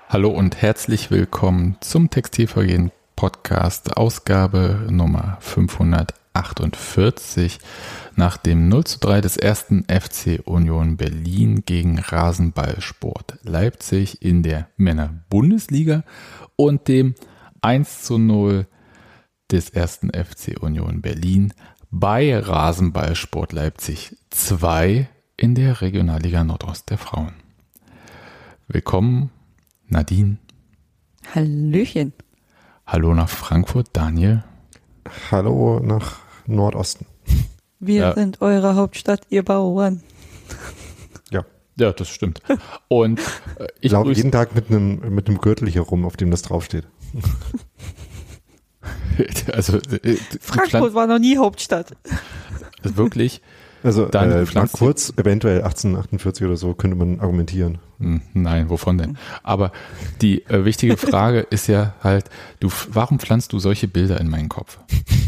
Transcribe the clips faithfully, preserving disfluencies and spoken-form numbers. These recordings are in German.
Hallo und herzlich willkommen zum Textilvergehen Podcast, Ausgabe Nummer fünfhundertachtundvierzig. Nach dem null zu drei des ersten F C Union Berlin gegen Rasenballsport Leipzig in der Männer-Bundesliga und dem eins zu null des ersten F C Union Berlin bei Rasenballsport Leipzig zwei in der Regionalliga Nordost der Frauen. Willkommen, Nadine. Hallöchen. Hallo nach Frankfurt, Daniel. Hallo nach Nordosten. Wir ja. sind eure Hauptstadt, ihr Bauern. Ja. Ja, das stimmt. Und äh, ich laufe jeden Tag mit einem mit einem Gürtel hier rum, auf dem das draufsteht. Also äh, Frankfurt war noch nie Hauptstadt. Also wirklich. Also äh, mal kurz, eventuell achtzehnhundertachtundvierzig oder so, könnte man argumentieren. Nein, wovon denn? Aber die äh, wichtige Frage ist ja halt, du, warum pflanzt du solche Bilder in meinen Kopf?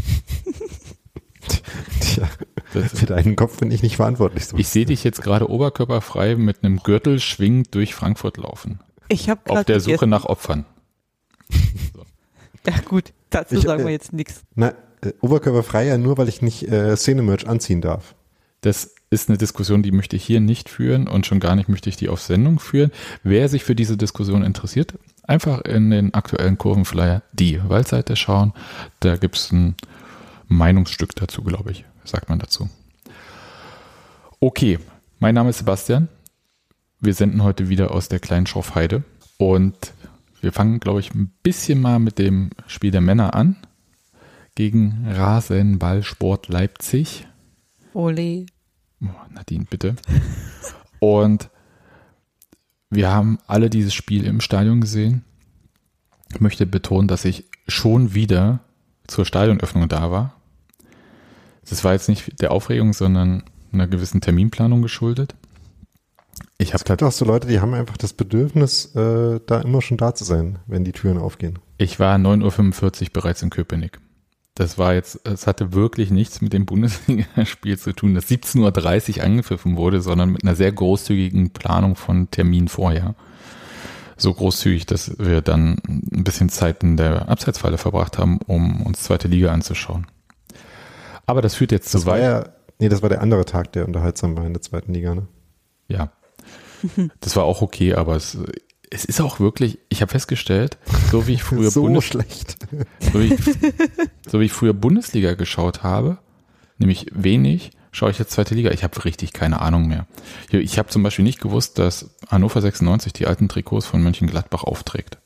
Tja, das, für deinen Kopf bin ich nicht verantwortlich. So. Ich sehe dich jetzt gerade oberkörperfrei mit einem Gürtel schwingend durch Frankfurt laufen. Ich habe auf der Suche nach Opfern. So. Ja gut, dazu ich, sagen wir äh, jetzt nichts. Na, äh, oberkörperfrei ja nur, weil ich nicht äh, Szene-Merch anziehen darf. Das ist eine Diskussion, die möchte ich hier nicht führen und schon gar nicht möchte ich die auf Sendung führen. Wer sich für diese Diskussion interessiert, einfach in den aktuellen Kurvenflyer die Waldseite schauen. Da gibt es ein Meinungsstück dazu, glaube ich, sagt man dazu. Okay, mein Name ist Sebastian. Wir senden heute wieder aus der kleinen Schorfheide und wir fangen, glaube ich, ein bisschen mal mit dem Spiel der Männer an gegen Rasenballsport Leipzig. Ole. Oh, Nadine, bitte. Und wir haben alle dieses Spiel im Stadion gesehen. Ich möchte betonen, dass ich schon wieder zur Stadionöffnung da war. Das war jetzt nicht der Aufregung, sondern einer gewissen Terminplanung geschuldet. Ich es gibt auch so Leute, die haben einfach das Bedürfnis, äh, da immer schon da zu sein, wenn die Türen aufgehen. Ich war neun Uhr fünfundvierzig bereits in Köpenick. Das war jetzt, es hatte wirklich nichts mit dem Bundesligaspiel zu tun, das siebzehn Uhr dreißig angepfiffen wurde, sondern mit einer sehr großzügigen Planung von Termin vorher. So großzügig, dass wir dann ein bisschen Zeit in der Abseitsfalle verbracht haben, um uns zweite Liga anzuschauen. Aber das führt jetzt zu weit. Ja, nee, das war der andere Tag, der unterhaltsam war in der zweiten Liga, ne? Ja. Das war auch okay, aber es, es ist auch wirklich, ich habe festgestellt, so wie ich früher so Bundes- schlecht. So wie, ich, so wie ich früher Bundesliga geschaut habe, nämlich wenig, schaue ich jetzt zweite Liga. Ich habe richtig keine Ahnung mehr. Ich habe zum Beispiel nicht gewusst, dass Hannover sechsundneunzig die alten Trikots von Mönchengladbach aufträgt.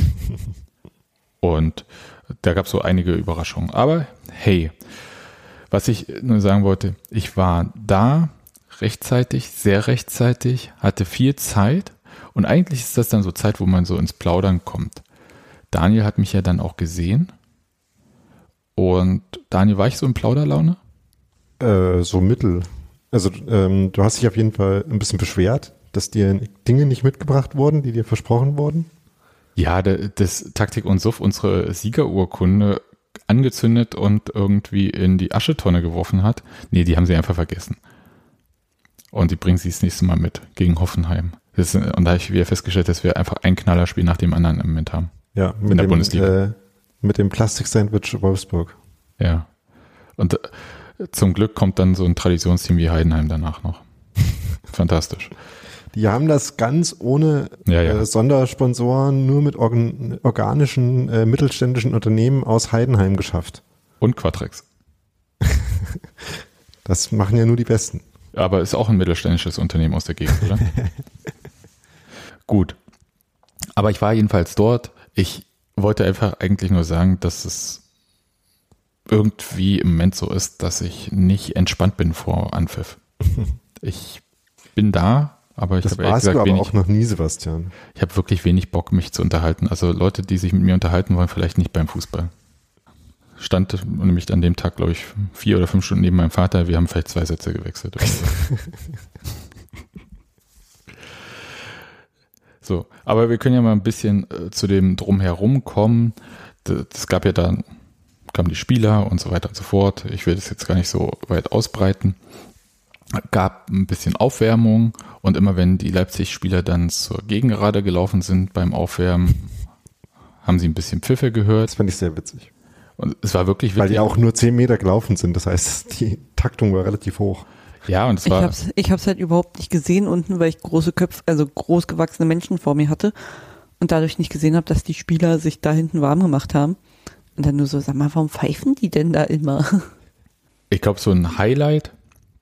Und da gab es so einige Überraschungen. Aber hey, was ich nur sagen wollte, ich war da rechtzeitig, sehr rechtzeitig, hatte viel Zeit und eigentlich ist das dann so Zeit, wo man so ins Plaudern kommt. Daniel hat mich ja dann auch gesehen. Und Daniel, war ich so in Plauderlaune? Äh, so mittel. Also ähm, du hast dich auf jeden Fall ein bisschen beschwert, dass dir Dinge nicht mitgebracht wurden, die dir versprochen wurden. Ja, das Taktik und Suff unsere Siegerurkunde angezündet und irgendwie in die Aschetonne geworfen hat. Nee, die haben sie einfach vergessen. Und die bringen sie das nächste Mal mit gegen Hoffenheim. Das ist, und da habe ich wieder festgestellt, dass wir einfach ein Knallerspiel nach dem anderen im Moment haben. Ja, mit in der dem, Bundesliga. Äh, mit dem Plastik-Sandwich Wolfsburg. Ja. Und äh, zum Glück kommt dann so ein Traditionsteam wie Heidenheim danach noch. Fantastisch. Die haben das ganz ohne ja, ja. Äh, Sondersponsoren, nur mit organ- organischen äh, mittelständischen Unternehmen aus Heidenheim geschafft. Und Quatrex. Das machen ja nur die Besten. Aber ist auch ein mittelständisches Unternehmen aus der Gegend, oder? Gut. Aber ich war jedenfalls dort. Ich wollte einfach eigentlich nur sagen, dass es irgendwie im Moment so ist, dass ich nicht entspannt bin vor Anpfiff. Ich bin da, aber ich habe ehrlich gesagt du aber wenig, auch noch nie, Sebastian. Ich habe wirklich wenig Bock, mich zu unterhalten. Also Leute, die sich mit mir unterhalten wollen, vielleicht nicht beim Fußball. Stand nämlich an dem Tag, glaube ich, vier oder fünf Stunden neben meinem Vater. Wir haben vielleicht zwei Sätze gewechselt. Oder so. So, aber wir können ja mal ein bisschen äh, zu dem Drumherum kommen. Es gab ja dann, kamen die Spieler und so weiter und so fort. Ich will das jetzt gar nicht so weit ausbreiten. gab ein bisschen Aufwärmung und immer wenn die Leipzig-Spieler dann zur Gegengerade gelaufen sind beim Aufwärmen, haben sie ein bisschen Pfiffe gehört. Das fand ich sehr witzig. Und es war wirklich Weil witzig. die auch nur zehn Meter gelaufen sind, das heißt, die Taktung war relativ hoch. Ja, und es Ich war. hab's, ich hab's halt überhaupt nicht gesehen unten, weil ich große Köpfe, also groß gewachsene Menschen vor mir hatte und dadurch nicht gesehen habe, dass die Spieler sich da hinten warm gemacht haben. Und dann nur so, sag mal, warum pfeifen die denn da immer? Ich glaube, so ein Highlight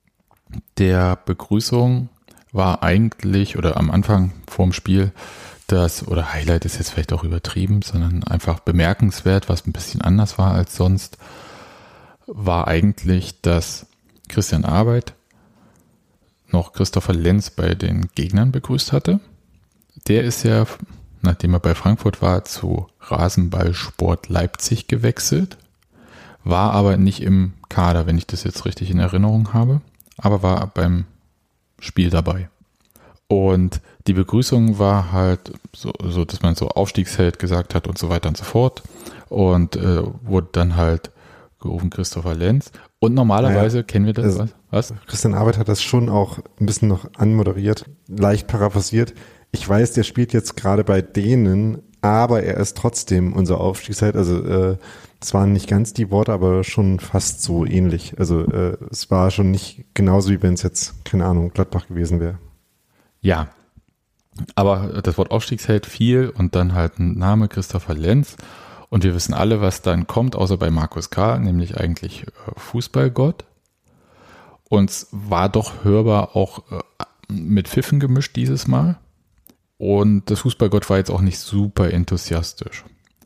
der Begrüßung war eigentlich, oder am Anfang vorm Spiel, das, oder Highlight ist jetzt vielleicht auch übertrieben, sondern einfach bemerkenswert, was ein bisschen anders war als sonst, war eigentlich, dass Christian Arbeit noch Christopher Lenz bei den Gegnern begrüßt hatte. Der ist ja, nachdem er bei Frankfurt war, zu Rasenballsport Leipzig gewechselt, war aber nicht im Kader, wenn ich das jetzt richtig in Erinnerung habe, aber war beim Spiel dabei. Und die Begrüßung war halt so, so dass man so Aufstiegsheld gesagt hat und so weiter und so fort. Und äh, wurde dann halt gerufen Christopher Lenz. Und normalerweise naja, kennen wir das. also, was? Christian Arbeit hat das schon auch ein bisschen noch anmoderiert, leicht paraphrasiert. Ich weiß, der spielt jetzt gerade bei denen, aber er ist trotzdem unser Aufstiegsheld. Also äh, es waren nicht ganz die Worte, aber schon fast so ähnlich. Also äh, es war schon nicht genauso, wie wenn es jetzt, keine Ahnung, Gladbach gewesen wäre. Ja, aber das Wort Aufstiegsheld fiel und dann halt ein Name Christopher Lenz. Und wir wissen alle, was dann kommt, außer bei Markus K., nämlich eigentlich Fußballgott. Und es war doch hörbar auch mit Pfiffen gemischt dieses Mal. Und das Fußballgott war jetzt auch nicht super enthusiastisch.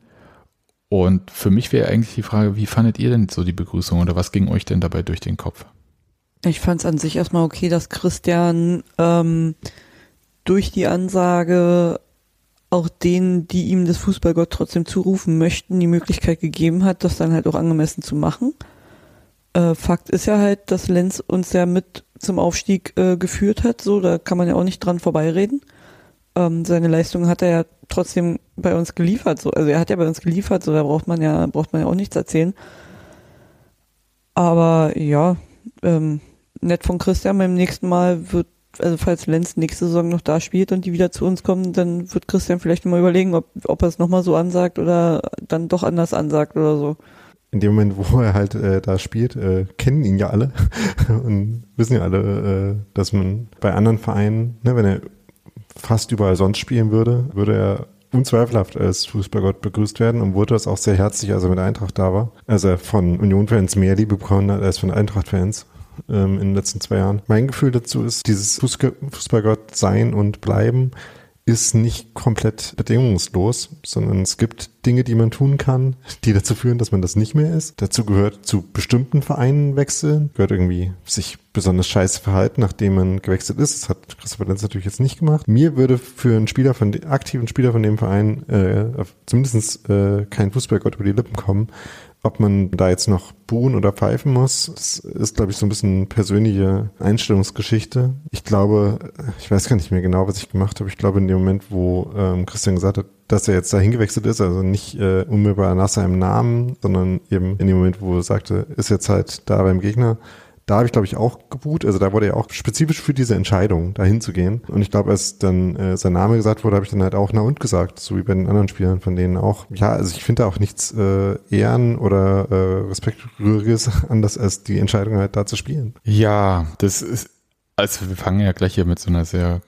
Und für mich wäre eigentlich die Frage, wie fandet ihr denn so die Begrüßung oder was ging euch denn dabei durch den Kopf? Ich fand es an sich erstmal okay, dass Christian ähm, durch die Ansage auch denen, die ihm das Fußballgott trotzdem zurufen möchten, die Möglichkeit gegeben hat, das dann halt auch angemessen zu machen. Äh, Fakt ist ja halt, dass Lenz uns ja mit zum Aufstieg äh, geführt hat, so, da kann man ja auch nicht dran vorbeireden. Ähm, seine Leistung hat er ja trotzdem bei uns geliefert, so, also er hat ja bei uns geliefert, so, da braucht man ja, braucht man ja auch nichts erzählen. Aber ja, ähm, nett von Christian, beim nächsten Mal wird, also falls Lenz nächste Saison noch da spielt und die wieder zu uns kommen, dann wird Christian vielleicht mal überlegen, ob, ob er es nochmal so ansagt oder dann doch anders ansagt oder so. In dem Moment, wo er halt äh, da spielt, äh, kennen ihn ja alle und wissen ja alle, äh, dass man bei anderen Vereinen, ne, wenn er fast überall sonst spielen würde, würde er unzweifelhaft als Fußballgott begrüßt werden und wurde das auch sehr herzlich, als er mit Eintracht da war. Also er von Union-Fans mehr Liebe bekommen hat als von Eintracht-Fans ähm, in den letzten zwei Jahren. Mein Gefühl dazu ist, dieses Fußballgott sein und bleiben ist nicht komplett bedingungslos, sondern es gibt Dinge, die man tun kann, die dazu führen, dass man das nicht mehr ist. Dazu gehört zu bestimmten Vereinen wechseln, gehört irgendwie sich besonders scheiße verhalten, nachdem man gewechselt ist. Das hat Christopher Lenz natürlich jetzt nicht gemacht. Mir würde für einen Spieler von den aktiven Spieler von dem Verein äh, zumindest äh, kein Fußballgott über die Lippen kommen. Ob man da jetzt noch buhen oder pfeifen muss, das ist, glaube ich, so ein bisschen persönliche Einstellungsgeschichte. Ich glaube, ich weiß gar nicht mehr genau, was ich gemacht habe. Ich glaube, in dem Moment, wo ähm, Christian gesagt hat, dass er jetzt da hingewechselt ist, also nicht äh, unmittelbar nach seinem Namen, sondern eben in dem Moment, wo er sagte, ist jetzt halt da beim Gegner, da habe ich, glaube ich, auch gebuht. Also da wurde er auch spezifisch für diese Entscheidung, da hinzugehen. Und ich glaube, als dann äh, sein Name gesagt wurde, habe ich dann halt auch na und gesagt, so wie bei den anderen Spielern von denen auch. Ja, also ich finde da auch nichts äh, Ehren oder äh, Respektrühriges anders, als die Entscheidung halt da zu spielen. Ja, das ist, also wir fangen ja gleich hier mit so einer sehr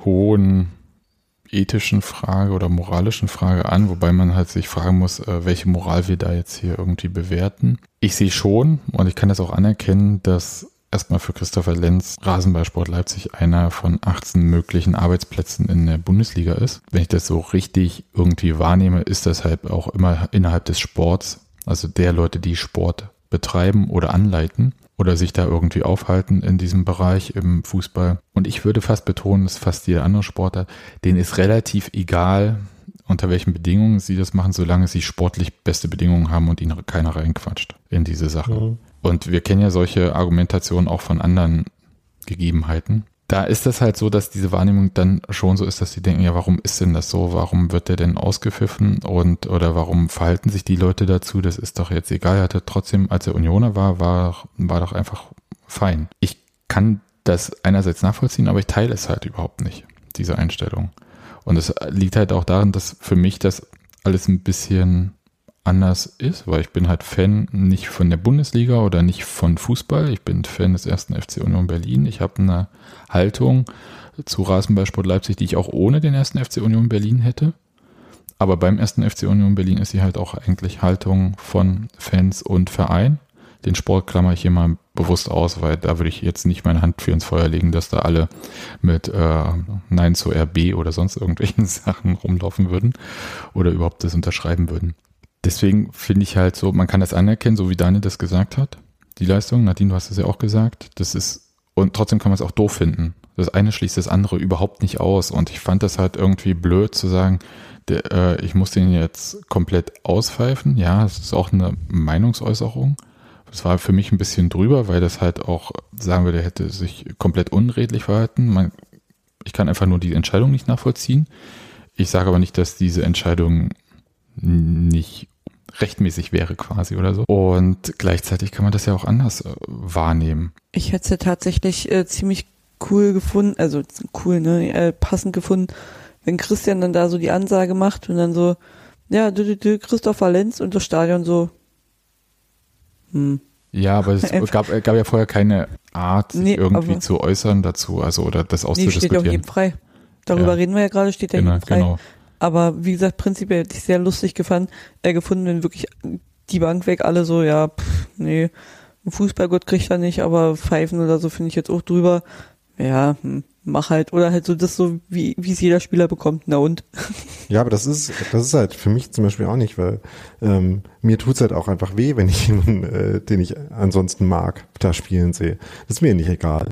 hohen ethischen Frage oder moralischen Frage an, wobei man halt sich fragen muss, welche Moral wir da jetzt hier irgendwie bewerten. Ich sehe schon und ich kann das auch anerkennen, dass erstmal für Christopher Lenz Rasenballsport Leipzig einer von achtzehn möglichen Arbeitsplätzen in der Bundesliga ist. Wenn ich das so richtig irgendwie wahrnehme, ist das halt auch immer innerhalb des Sports, also der Leute, die Sport betreiben oder anleiten oder sich da irgendwie aufhalten in diesem Bereich im Fußball. Und ich würde fast betonen, dass fast jeder andere Sportler, denen ist relativ egal, unter welchen Bedingungen sie das machen, solange sie sportlich beste Bedingungen haben und ihnen keiner reinquatscht in diese Sache. Mhm. Und wir kennen ja solche Argumentationen auch von anderen Gegebenheiten. Da ist das halt so, dass diese Wahrnehmung dann schon so ist, dass sie denken, ja, warum ist denn das so? Warum wird der denn ausgepfiffen? Und, oder warum verhalten sich die Leute dazu? Das ist doch jetzt egal. Er hatte trotzdem, als er Unioner war, war, war doch einfach fein. Ich kann das einerseits nachvollziehen, aber ich teile es halt überhaupt nicht, diese Einstellung. Und es liegt halt auch daran, dass für mich das alles ein bisschen anders ist, weil ich bin halt Fan nicht von der Bundesliga oder nicht von Fußball. Ich bin Fan des ersten F C Union Berlin. Ich habe eine Haltung zu Rasenballsport Leipzig, die ich auch ohne den ersten F C Union Berlin hätte. Aber beim ersten F C Union Berlin ist sie halt auch eigentlich Haltung von Fans und Verein. Den Sport klammer ich hier mal bewusst aus, weil da würde ich jetzt nicht meine Hand für ins Feuer legen, dass da alle mit äh, Nein zu R B oder sonst irgendwelchen Sachen rumlaufen würden oder überhaupt das unterschreiben würden. Deswegen finde ich halt so, man kann das anerkennen, so wie Daniel das gesagt hat, die Leistung. Nadine, du hast es ja auch gesagt. Das ist, und trotzdem kann man es auch doof finden. Das eine schließt das andere überhaupt nicht aus. Und ich fand das halt irgendwie blöd zu sagen, der, äh, ich muss den jetzt komplett auspfeifen. Ja, es ist auch eine Meinungsäußerung. Das war für mich ein bisschen drüber, weil das halt auch sagen würde, der hätte sich komplett unredlich verhalten. Man, ich kann einfach nur die Entscheidung nicht nachvollziehen. Ich sage aber nicht, dass diese Entscheidung nicht rechtmäßig wäre quasi oder so. Und gleichzeitig kann man das ja auch anders äh, wahrnehmen. Ich hätte es ja tatsächlich äh, ziemlich cool gefunden, also cool, ne, äh, passend gefunden, wenn Christian dann da so die Ansage macht und dann so, ja, du, du, du, Christopher Lenz und das Stadion so, hm. Ja, aber es gab, gab ja vorher keine Art, sich nee, irgendwie zu äußern dazu, also oder das auszudiskutieren. Nee, steht ja auch jedem frei. Darüber ja. reden wir ja gerade, steht ja genau, jedem frei. Genau. Aber wie gesagt, prinzipiell hätte ich sehr lustig gefand, äh, gefunden, wenn wirklich die Bank weg alle so, ja, pff, nee, ein Fußballgott kriegt er nicht, aber Pfeifen oder so finde ich jetzt auch drüber. Ja, hm, mach halt. Oder halt so das so, wie wie es jeder Spieler bekommt. Na und? Ja, aber das ist das ist halt für mich zum Beispiel auch nicht, weil ähm, mir tut's halt auch einfach weh, wenn ich jemanden, äh, den ich ansonsten mag, da spielen sehe. Das ist mir nicht egal.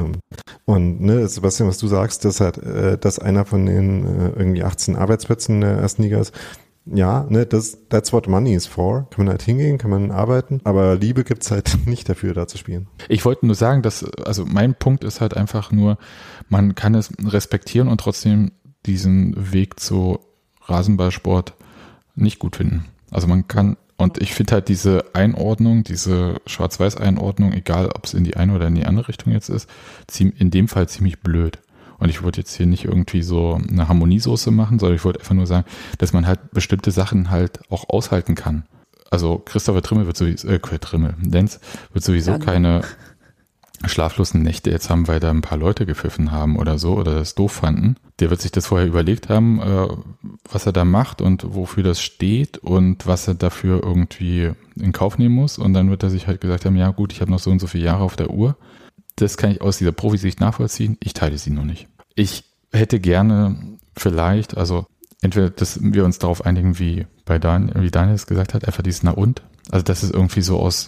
Und ne, Sebastian, was du sagst, dass halt, äh, dass einer von den äh, irgendwie achtzehn Arbeitsplätzen der ersten Liga ist, ja, ne, das, that's what money is for. Kann man halt hingehen, kann man arbeiten, aber Liebe gibt's halt nicht dafür, da zu spielen. Ich wollte nur sagen, dass, also mein Punkt ist halt einfach nur, man kann es respektieren und trotzdem diesen Weg zu Rasenballsport nicht gut finden. Also man kann, und ich finde halt diese Einordnung, diese Schwarz-Weiß-Einordnung, egal ob es in die eine oder in die andere Richtung jetzt ist, in dem Fall ziemlich blöd. Und ich wollte jetzt hier nicht irgendwie so eine Harmoniesoße machen, sondern ich wollte einfach nur sagen, dass man halt bestimmte Sachen halt auch aushalten kann. Also Christopher Trimmel wird sowieso, äh, Trimmel, Lenz wird sowieso ja, keine schlaflosen Nächte jetzt haben, weil da ein paar Leute gepfiffen haben oder so oder das doof fanden. Der wird sich das vorher überlegt haben, äh, was er da macht und wofür das steht und was er dafür irgendwie in Kauf nehmen muss. Und dann wird er sich halt gesagt haben, ja gut, ich habe noch so und so viele Jahre auf der Uhr. Das kann ich aus dieser Profisicht nachvollziehen. Ich teile sie nur nicht. Ich hätte gerne vielleicht, also entweder, dass wir uns darauf einigen, wie bei Dan, wie Daniel es gesagt hat, einfach dieses Na und. Also das ist irgendwie so aus,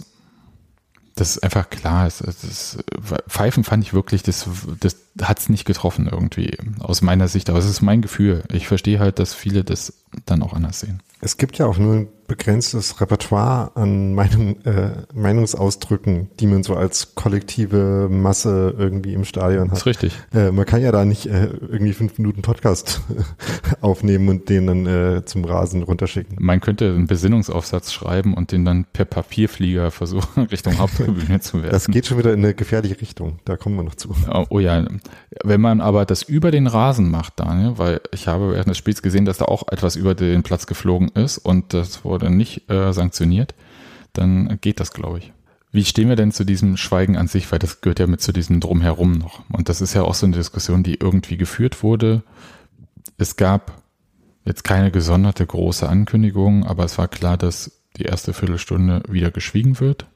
das ist einfach klar. Das, das, Pfeifen fand ich wirklich, das, das hat es nicht getroffen irgendwie aus meiner Sicht. Aber es ist mein Gefühl. Ich verstehe halt, dass viele das dann auch anders sehen. Es gibt ja auch nur ein begrenztes Repertoire an Meinung, äh, Meinungsausdrücken, die man so als kollektive Masse irgendwie im Stadion hat. Das ist richtig. Äh, man kann ja da nicht äh, irgendwie fünf Minuten Podcast aufnehmen und den dann äh, zum Rasen runterschicken. Man könnte einen Besinnungsaufsatz schreiben und den dann per Papierflieger versuchen, Richtung Haupttribüne zu werfen. Das geht schon wieder in eine gefährliche Richtung. Da kommen wir noch zu. Oh, oh ja, wenn man aber das über den Rasen macht, Daniel, weil ich habe während des Spiels gesehen, dass da auch etwas über den Platz geflogen ist und das wurde nicht äh, sanktioniert, dann geht das, glaube ich. Wie stehen wir denn zu diesem Schweigen an sich? Weil das gehört ja mit zu diesem Drumherum noch. Und das ist ja auch so eine Diskussion, die irgendwie geführt wurde. Es gab jetzt keine gesonderte große Ankündigung, aber es war klar, dass die erste Viertelstunde wieder geschwiegen wird.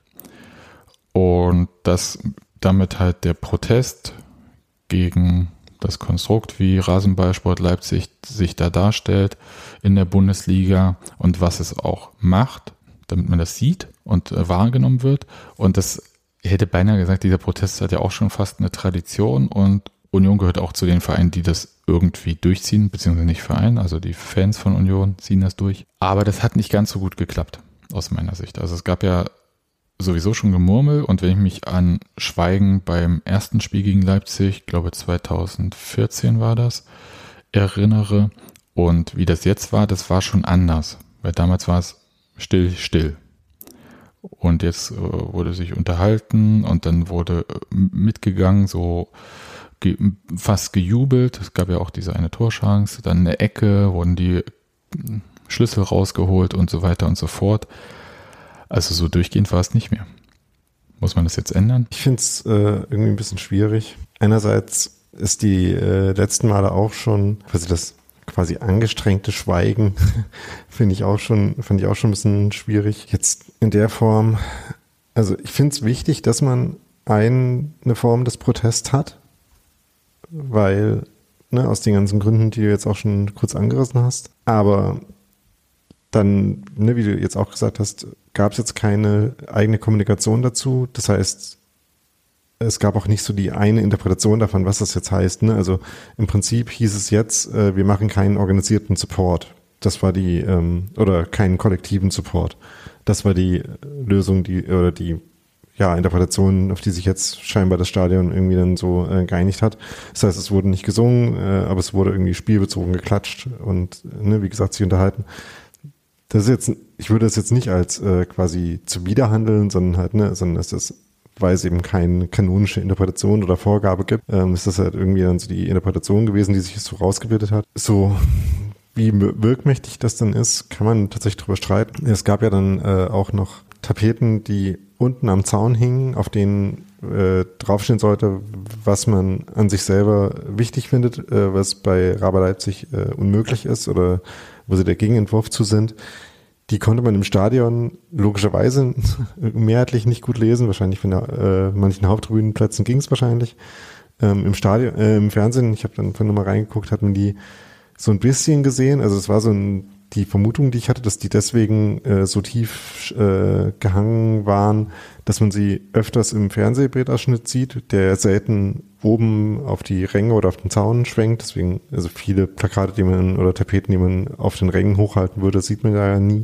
Und dass damit halt der Protest gegen das Konstrukt, wie Rasenballsport Leipzig sich da darstellt in der Bundesliga und was es auch macht, damit man das sieht und äh, wahrgenommen wird. Und das, ich hätte beinahe gesagt, dieser Protest hat ja auch schon fast eine Tradition und Union gehört auch zu den Vereinen, die das irgendwie durchziehen, beziehungsweise nicht Verein, also die Fans von Union ziehen das durch. Aber das hat nicht ganz so gut geklappt, aus meiner Sicht. Also es gab ja sowieso schon Gemurmel und wenn ich mich an Schweigen beim ersten Spiel gegen Leipzig, ich glaube zweitausendvierzehn war das, erinnere und wie das jetzt war, das war schon anders, weil damals war es still, still Und jetzt äh, wurde sich unterhalten und dann wurde äh, mitgegangen, so ge- fast gejubelt. Es gab ja auch diese eine Torchance, dann eine Ecke, wurden die Schlüssel rausgeholt und so weiter und so fort. Also so durchgehend war es nicht mehr. Muss man das jetzt ändern? Ich finde es äh, irgendwie ein bisschen schwierig. Einerseits ist die äh, letzten Male auch schon, quasi das quasi angestrengte Schweigen, finde ich auch schon, fand ich auch schon ein bisschen schwierig. Jetzt in der Form, also ich finde es wichtig, dass man ein, eine Form des Protests hat, weil, ne, aus den ganzen Gründen, die du jetzt auch schon kurz angerissen hast, aber dann, ne, wie du jetzt auch gesagt hast, gab es jetzt keine eigene Kommunikation dazu. Das heißt, es gab auch nicht so die eine Interpretation davon, was das jetzt heißt. Ne? Also im Prinzip hieß es jetzt, äh, wir machen keinen organisierten Support. Das war die, ähm, oder keinen kollektiven Support. Das war die Lösung, die, oder die, ja, Interpretation, auf die sich jetzt scheinbar das Stadion irgendwie dann so äh, geeinigt hat. Das heißt, es wurde nicht gesungen, äh, aber es wurde irgendwie spielbezogen geklatscht und, ne, wie gesagt, sich unterhalten. Das ist jetzt, ich würde das jetzt nicht als äh, quasi zuwiderhandeln, sondern halt, ne, sondern dass das, weil es eben keine kanonische Interpretation oder Vorgabe gibt, ähm, ist das halt irgendwie dann so die Interpretation gewesen, die sich so rausgebildet hat. So wie wirkmächtig das dann ist, kann man tatsächlich drüber streiten. Es gab ja dann äh, auch noch Tapeten, die unten am Zaun hingen, auf denen äh, draufstehen sollte, was man an sich selber wichtig findet, äh, was bei R B Leipzig äh, unmöglich ist oder wo sie der Gegenentwurf zu sind. Die konnte man im Stadion logischerweise mehrheitlich nicht gut lesen. Wahrscheinlich von der, äh, manchen Haupttribünenplätzen ging es wahrscheinlich. Ähm, Im Stadion, äh, im Fernsehen, ich habe dann vorhin nochmal reingeguckt, hat man die so ein bisschen gesehen. Also es war so ein, die Vermutung, die ich hatte, dass die deswegen äh, so tief äh, gehangen waren, dass man sie öfters im Fernsehbildausschnitt sieht, der selten oben auf die Ränge oder auf den Zaun schwenkt. Deswegen, also viele Plakate, die man oder Tapeten, die man auf den Rängen hochhalten würde, sieht man da ja nie.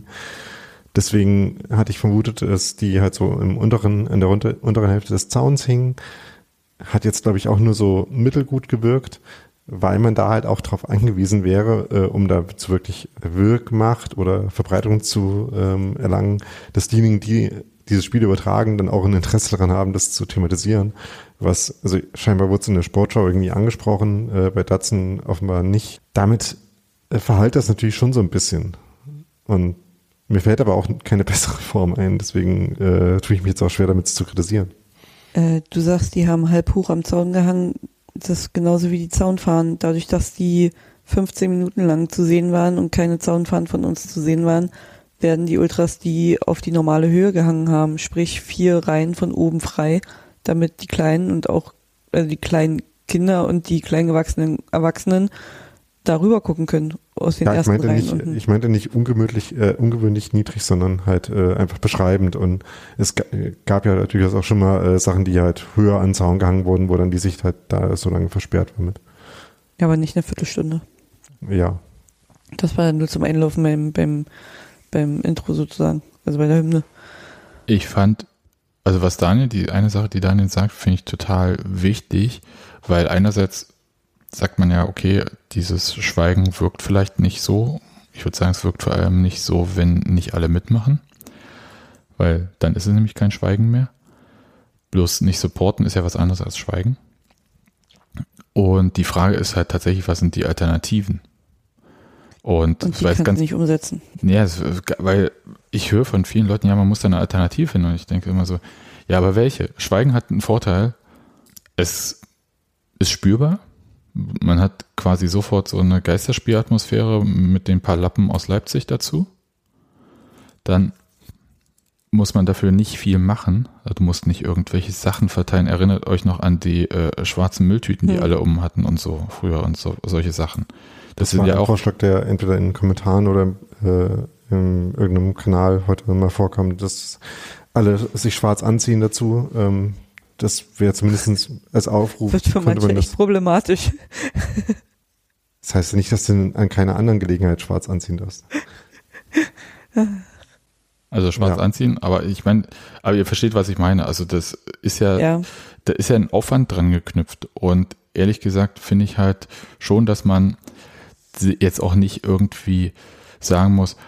Deswegen hatte ich vermutet, dass die halt so im unteren, in der unter, unteren Hälfte des Zauns hingen. Hat jetzt, glaube ich, auch nur so mittelgut gewirkt, weil man da halt auch drauf angewiesen wäre, äh, um da zu wirklich Wirkmacht oder Verbreitung zu ähm, erlangen, dass diejenigen, die dieses Spiel übertragen, dann auch ein Interesse daran haben, das zu thematisieren. Was, also scheinbar wurde es in der Sportschau irgendwie angesprochen, äh, bei Datsun offenbar nicht. Damit äh, verhallt das natürlich schon so ein bisschen. Und mir fällt aber auch keine bessere Form ein, deswegen äh, tue ich mich jetzt auch schwer, damit zu kritisieren. Äh, du sagst, die haben halb hoch am Zaun gehangen. Das ist genauso wie die Zaunfahnen. Dadurch, dass die fünfzehn Minuten lang zu sehen waren und keine Zaunfahnen von uns zu sehen waren, werden die Ultras die auf die normale Höhe gehangen haben, sprich vier Reihen von oben frei, damit die kleinen und auch also die kleinen Kinder und die kleinen gewachsenen Erwachsenen darüber gucken können aus den ja, ersten ich meinte Reihen. nicht, unten. ich meinte nicht ungemütlich, äh, ungewöhnlich niedrig, sondern halt äh, einfach beschreibend. Und es g- gab ja natürlich auch schon mal äh, Sachen, die halt höher an den Zaun gehangen wurden, wo dann die Sicht halt da so lange versperrt war mit. Ja, aber nicht eine Viertelstunde. Ja. Das war dann nur zum Einlaufen beim, beim, beim Intro sozusagen, also bei der Hymne. Ich fand, also was Daniel, die eine Sache, die Daniel sagt, finde ich total wichtig, weil einerseits sagt man ja, okay, dieses Schweigen wirkt vielleicht nicht so. Ich würde sagen, es wirkt vor allem nicht so, wenn nicht alle mitmachen, weil dann ist es nämlich kein Schweigen mehr. Bloß nicht supporten ist ja was anderes als Schweigen. Und die Frage ist halt tatsächlich, was sind die Alternativen? Und, Und die weiß kannst ganz, du nicht umsetzen. ja, es, weil ich höre von vielen Leuten, ja, man muss da eine Alternative finden. Und ich denke immer so, ja, aber welche? Schweigen hat einen Vorteil. Es ist spürbar. Man hat quasi sofort so eine Geisterspielatmosphäre mit den paar Lappen aus Leipzig dazu. Dann muss man dafür nicht viel machen. Also du musst nicht irgendwelche Sachen verteilen. Erinnert euch noch an die äh, schwarzen Mülltüten, die Hm. alle um hatten und so früher und so solche Sachen. Das, Das sind war ja ein auch Vorschlag, der entweder in den Kommentaren oder äh, in irgendeinem Kanal heute mal vorkam, dass alle sich schwarz anziehen dazu. Ähm, das wäre zumindest als Aufruf. Wird für könnte manche man echt das, problematisch. das heißt ja nicht, dass du an keiner anderen Gelegenheit schwarz anziehen darfst. Also schwarz Ja. anziehen, aber ich meine, aber ihr versteht, was ich meine. Also das ist ja, Ja. da ist ja ein Aufwand dran geknüpft. Und ehrlich gesagt finde ich halt schon, dass man jetzt auch nicht irgendwie sagen muss, okay,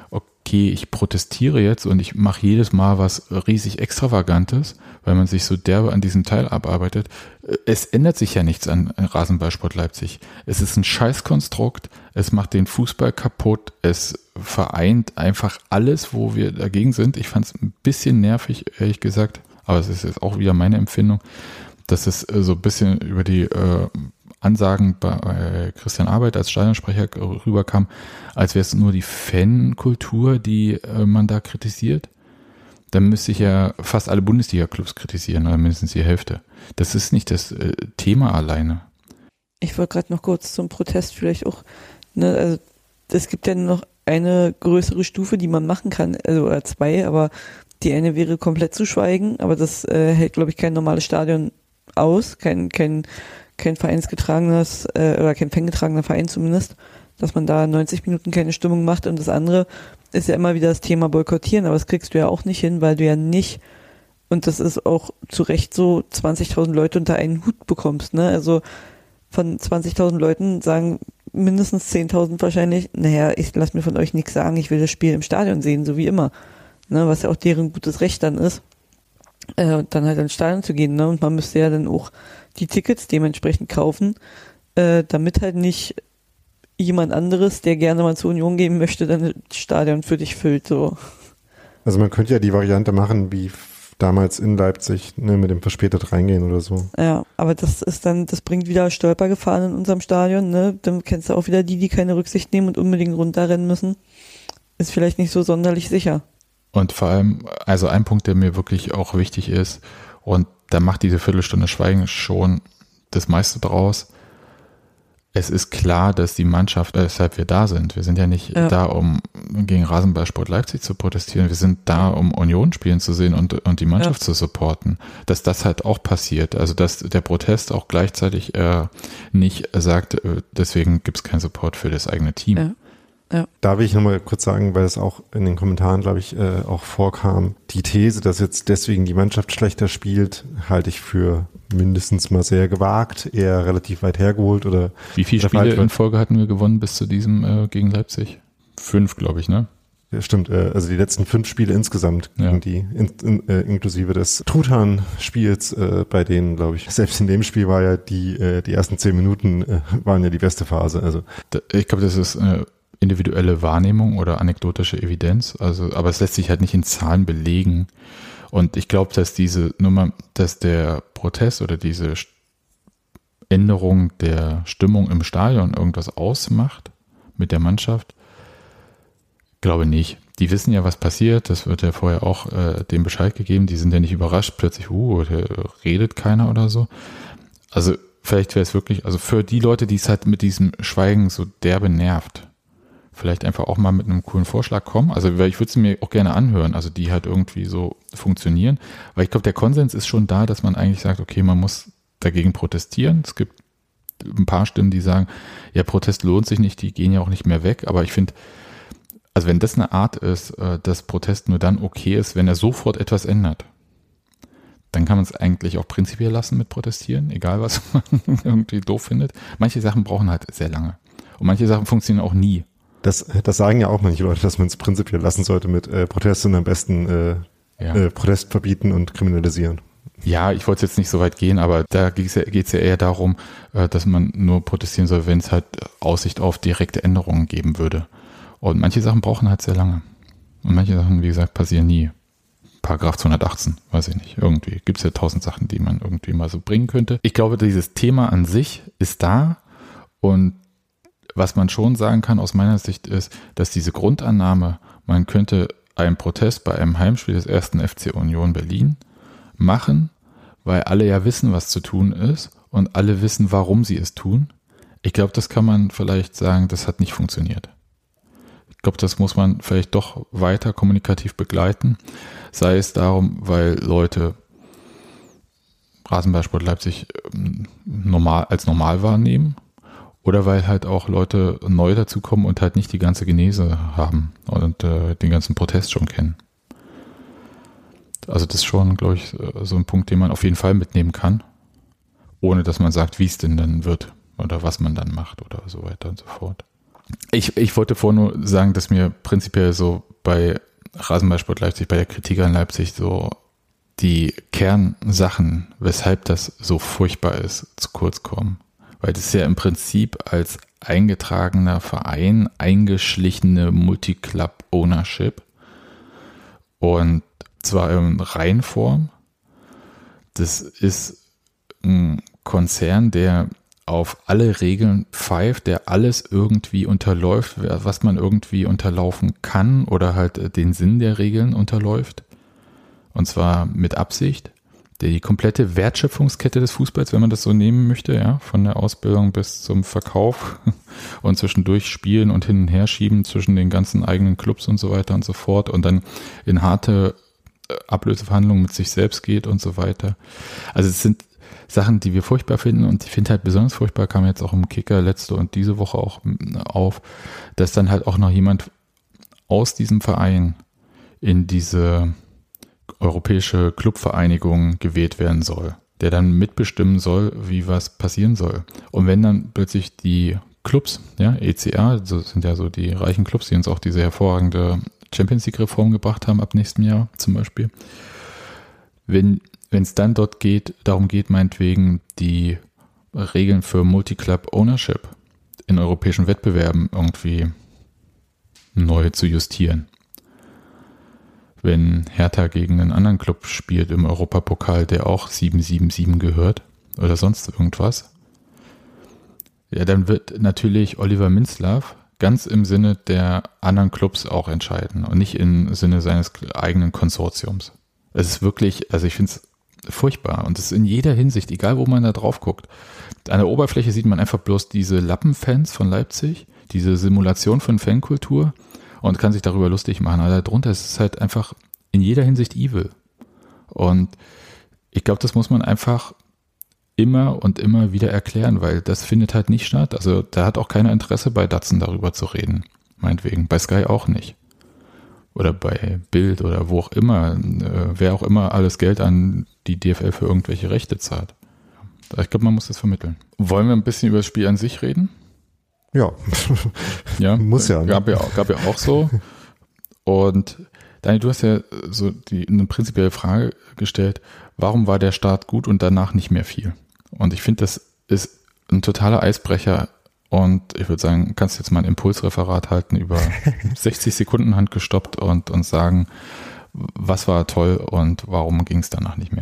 okay, ich protestiere jetzt und ich mache jedes Mal was riesig Extravagantes, weil man sich so derbe an diesem Teil abarbeitet. Es ändert sich ja nichts an Rasenballsport Leipzig. Es ist ein Scheißkonstrukt, es macht den Fußball kaputt, es vereint einfach alles, wo wir dagegen sind. Ich fand es ein bisschen nervig, ehrlich gesagt, aber es ist jetzt auch wieder meine Empfindung, dass es so ein bisschen über die äh, Ansagen bei Christian Arbeit als Stadionsprecher rüberkam, als wäre es nur die Fankultur, die äh, man da kritisiert. Dann müsste ich ja fast alle Bundesliga-Clubs kritisieren, oder mindestens die Hälfte. Das ist nicht das äh, Thema alleine. Ich wollte gerade noch kurz zum Protest vielleicht auch, ne, also es gibt ja noch eine größere Stufe, die man machen kann, also oder zwei, aber die eine wäre komplett zu schweigen, aber das äh, hält, glaube ich, kein normales Stadion aus, kein, kein kein vereinsgetragenes äh, oder kein fangetragener Verein zumindest, dass man da neunzig Minuten keine Stimmung macht. Und das andere ist ja immer wieder das Thema Boykottieren, aber das kriegst du ja auch nicht hin, weil du ja nicht, und das ist auch zu Recht so, zwanzigtausend Leute unter einen Hut bekommst, ne? Also von zwanzigtausend Leuten sagen mindestens zehntausend wahrscheinlich, naja, ich lass mir von euch nichts sagen, ich will das Spiel im Stadion sehen, so wie immer, ne? Was ja auch deren gutes Recht dann ist, äh, dann halt ins Stadion zu gehen, ne? Und man müsste ja dann auch die Tickets dementsprechend kaufen, äh, damit halt nicht jemand anderes, der gerne mal zur Union gehen möchte, dann das Stadion für dich füllt. So. Also man könnte ja die Variante machen, wie damals in Leipzig, ne, mit dem verspätet reingehen oder so. Ja, aber das ist dann, das bringt wieder Stolpergefahren in unserem Stadion, ne? Dann kennst du auch wieder die, die keine Rücksicht nehmen und unbedingt runterrennen müssen. Ist vielleicht nicht so sonderlich sicher. Und vor allem, also ein Punkt, der mir wirklich auch wichtig ist, und da macht diese Viertelstunde Schweigen schon das meiste draus. Es ist klar, dass die Mannschaft, weshalb wir da sind. Wir sind ja nicht ja. da, um gegen Rasenballsport Leipzig zu protestieren. Wir sind da, um Union spielen zu sehen und, und die Mannschaft ja. zu supporten. Dass das halt auch passiert. Also, dass der Protest auch gleichzeitig äh, nicht sagt, äh, deswegen gibt es keinen Support für das eigene Team. Ja. Ja. Da will ich nochmal kurz sagen, weil es auch in den Kommentaren, glaube ich, äh, auch vorkam, die These, dass jetzt deswegen die Mannschaft schlechter spielt, halte ich für mindestens mal sehr gewagt, eher relativ weit hergeholt. Oder wie viele Spiele in Folge hatten wir gewonnen bis zu diesem äh, gegen Leipzig? Fünf, glaube ich, ne? Ja, stimmt, äh, also die letzten fünf Spiele insgesamt, ja. gegen die in, in, äh, inklusive des Truthahn-Spiels, äh, bei denen, glaube ich, selbst in dem Spiel war ja die, äh, die ersten zehn Minuten äh, waren ja die beste Phase. Also ich glaube, das ist äh, individuelle Wahrnehmung oder anekdotische Evidenz, also, aber es lässt sich halt nicht in Zahlen belegen. Und ich glaube, dass diese Nummer, dass der Protest oder diese Änderung der Stimmung im Stadion irgendwas ausmacht mit der Mannschaft, glaube nicht. Die wissen ja, was passiert, das wird ja vorher auch äh, dem Bescheid gegeben, die sind ja nicht überrascht, plötzlich, uh, da redet keiner oder so. Also vielleicht wäre es wirklich, also für die Leute, die es halt mit diesem Schweigen so derbe nervt, vielleicht einfach auch mal mit einem coolen Vorschlag kommen. Also ich würde es mir auch gerne anhören, also die halt irgendwie so funktionieren. Weil ich glaube, der Konsens ist schon da, dass man eigentlich sagt, okay, man muss dagegen protestieren. Es gibt ein paar Stimmen, die sagen, ja, Protest lohnt sich nicht, die gehen ja auch nicht mehr weg. Aber ich finde, also wenn das eine Art ist, dass Protest nur dann okay ist, wenn er sofort etwas ändert, dann kann man es eigentlich auch prinzipiell lassen mit Protestieren, egal was man irgendwie doof findet. Manche Sachen brauchen halt sehr lange. Und manche Sachen funktionieren auch nie. Das, das sagen ja auch manche Leute, dass man es prinzipiell lassen sollte mit äh, Protest und am besten äh, ja. äh, Protest verbieten und kriminalisieren. Ja, ich wollte jetzt nicht so weit gehen, aber da geht es ja, geht's ja eher darum, äh, dass man nur protestieren soll, wenn es halt Aussicht auf direkte Änderungen geben würde. Und manche Sachen brauchen halt sehr lange. Und manche Sachen, wie gesagt, passieren nie. Paragraph zweihundertachtzehn, weiß ich nicht. Irgendwie gibt es ja tausend Sachen, die man irgendwie mal so bringen könnte. Ich glaube, dieses Thema an sich ist da, und was man schon sagen kann aus meiner Sicht ist, dass diese Grundannahme, man könnte einen Protest bei einem Heimspiel des ersten F C Union Berlin machen, weil alle ja wissen, was zu tun ist und alle wissen, warum sie es tun. Ich glaube, das kann man vielleicht sagen, das hat nicht funktioniert. Ich glaube, das muss man vielleicht doch weiter kommunikativ begleiten, sei es darum, weil Leute Rasenballsport Leipzig normal, als normal wahrnehmen, oder weil halt auch Leute neu dazukommen und halt nicht die ganze Genese haben und äh, den ganzen Protest schon kennen. Also das ist schon, glaube ich, so ein Punkt, den man auf jeden Fall mitnehmen kann, ohne dass man sagt, wie es denn dann wird oder was man dann macht oder so weiter und so fort. Ich, ich wollte vorhin nur sagen, dass mir prinzipiell so bei Rasenballsport Leipzig, bei der Kritik an Leipzig so die Kernsachen, weshalb das so furchtbar ist, zu kurz kommen. Weil das ja im Prinzip als eingetragener Verein, eingeschlichene Multiclub-Ownership und zwar in Reihenform. Das ist ein Konzern, der auf alle Regeln pfeift, der alles irgendwie unterläuft, was man irgendwie unterlaufen kann oder halt den Sinn der Regeln unterläuft. Und zwar mit Absicht. Der die komplette Wertschöpfungskette des Fußballs, wenn man das so nehmen möchte, ja, von der Ausbildung bis zum Verkauf und zwischendurch spielen und hin und her schieben zwischen den ganzen eigenen Clubs und so weiter und so fort und dann in harte Ablöseverhandlungen mit sich selbst geht und so weiter. Also es sind Sachen, die wir furchtbar finden und ich finde halt besonders furchtbar, kam jetzt auch im Kicker letzte und diese Woche auch auf, dass dann halt auch noch jemand aus diesem Verein in diese europäische Clubvereinigung gewählt werden soll, der dann mitbestimmen soll, wie was passieren soll. Und wenn dann plötzlich die Clubs, ja, E C A, das sind ja so die reichen Clubs, die uns auch diese hervorragende Champions League Reform gebracht haben ab nächstem Jahr zum Beispiel, wenn wenn es dann dort geht, darum geht, meinetwegen die Regeln für Multiclub Ownership in europäischen Wettbewerben irgendwie neu zu justieren. Wenn Hertha gegen einen anderen Club spielt im Europapokal, der auch sieben sieben sieben gehört oder sonst irgendwas, ja, dann wird natürlich Oliver Minzlaff ganz im Sinne der anderen Clubs auch entscheiden und nicht im Sinne seines eigenen Konsortiums. Es ist wirklich, also ich finde es furchtbar und es ist in jeder Hinsicht, egal wo man da drauf guckt. An der Oberfläche sieht man einfach bloß diese Lappenfans von Leipzig, diese Simulation von Fankultur und kann sich darüber lustig machen. Aber darunter ist es halt einfach in jeder Hinsicht evil. Und ich glaube, das muss man einfach immer und immer wieder erklären, weil das findet halt nicht statt. Also da hat auch keiner Interesse bei Datsun darüber zu reden, meinetwegen. Bei Sky auch nicht. Oder bei Bild oder wo auch immer. Äh, wer auch immer alles Geld an die D F L für irgendwelche Rechte zahlt. Ich glaube, man muss das vermitteln. Wollen wir ein bisschen über das Spiel an sich reden? Ja, ja muss ja. Ne? Gab ja, gab ja auch so. Und Daniel, du hast ja so die, eine prinzipielle Frage gestellt, warum war der Start gut und danach nicht mehr viel? Und ich finde, das ist ein totaler Eisbrecher und ich würde sagen, kannst jetzt mal ein Impulsreferat halten über sechzig Sekunden handgestoppt und, und sagen, was war toll und warum ging es danach nicht mehr?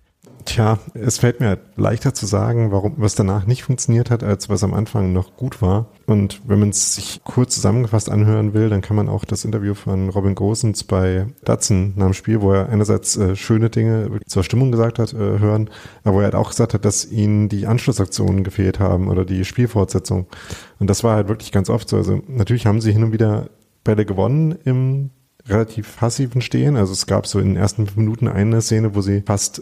Tja, es fällt mir leichter zu sagen, warum was danach nicht funktioniert hat, als was am Anfang noch gut war. Und wenn man es sich kurz zusammengefasst anhören will, dann kann man auch das Interview von Robin Gosens bei Datsun nach dem Spiel, wo er einerseits äh, schöne Dinge zur Stimmung gesagt hat, äh, hören, aber wo er halt auch gesagt hat, dass ihnen die Anschlussaktionen gefehlt haben oder die Spielfortsetzung. Und das war halt wirklich ganz oft so. Also natürlich haben sie hin und wieder Bälle gewonnen im relativ passiven Stehen. Also es gab so in den ersten fünf Minuten eine Szene, wo sie fast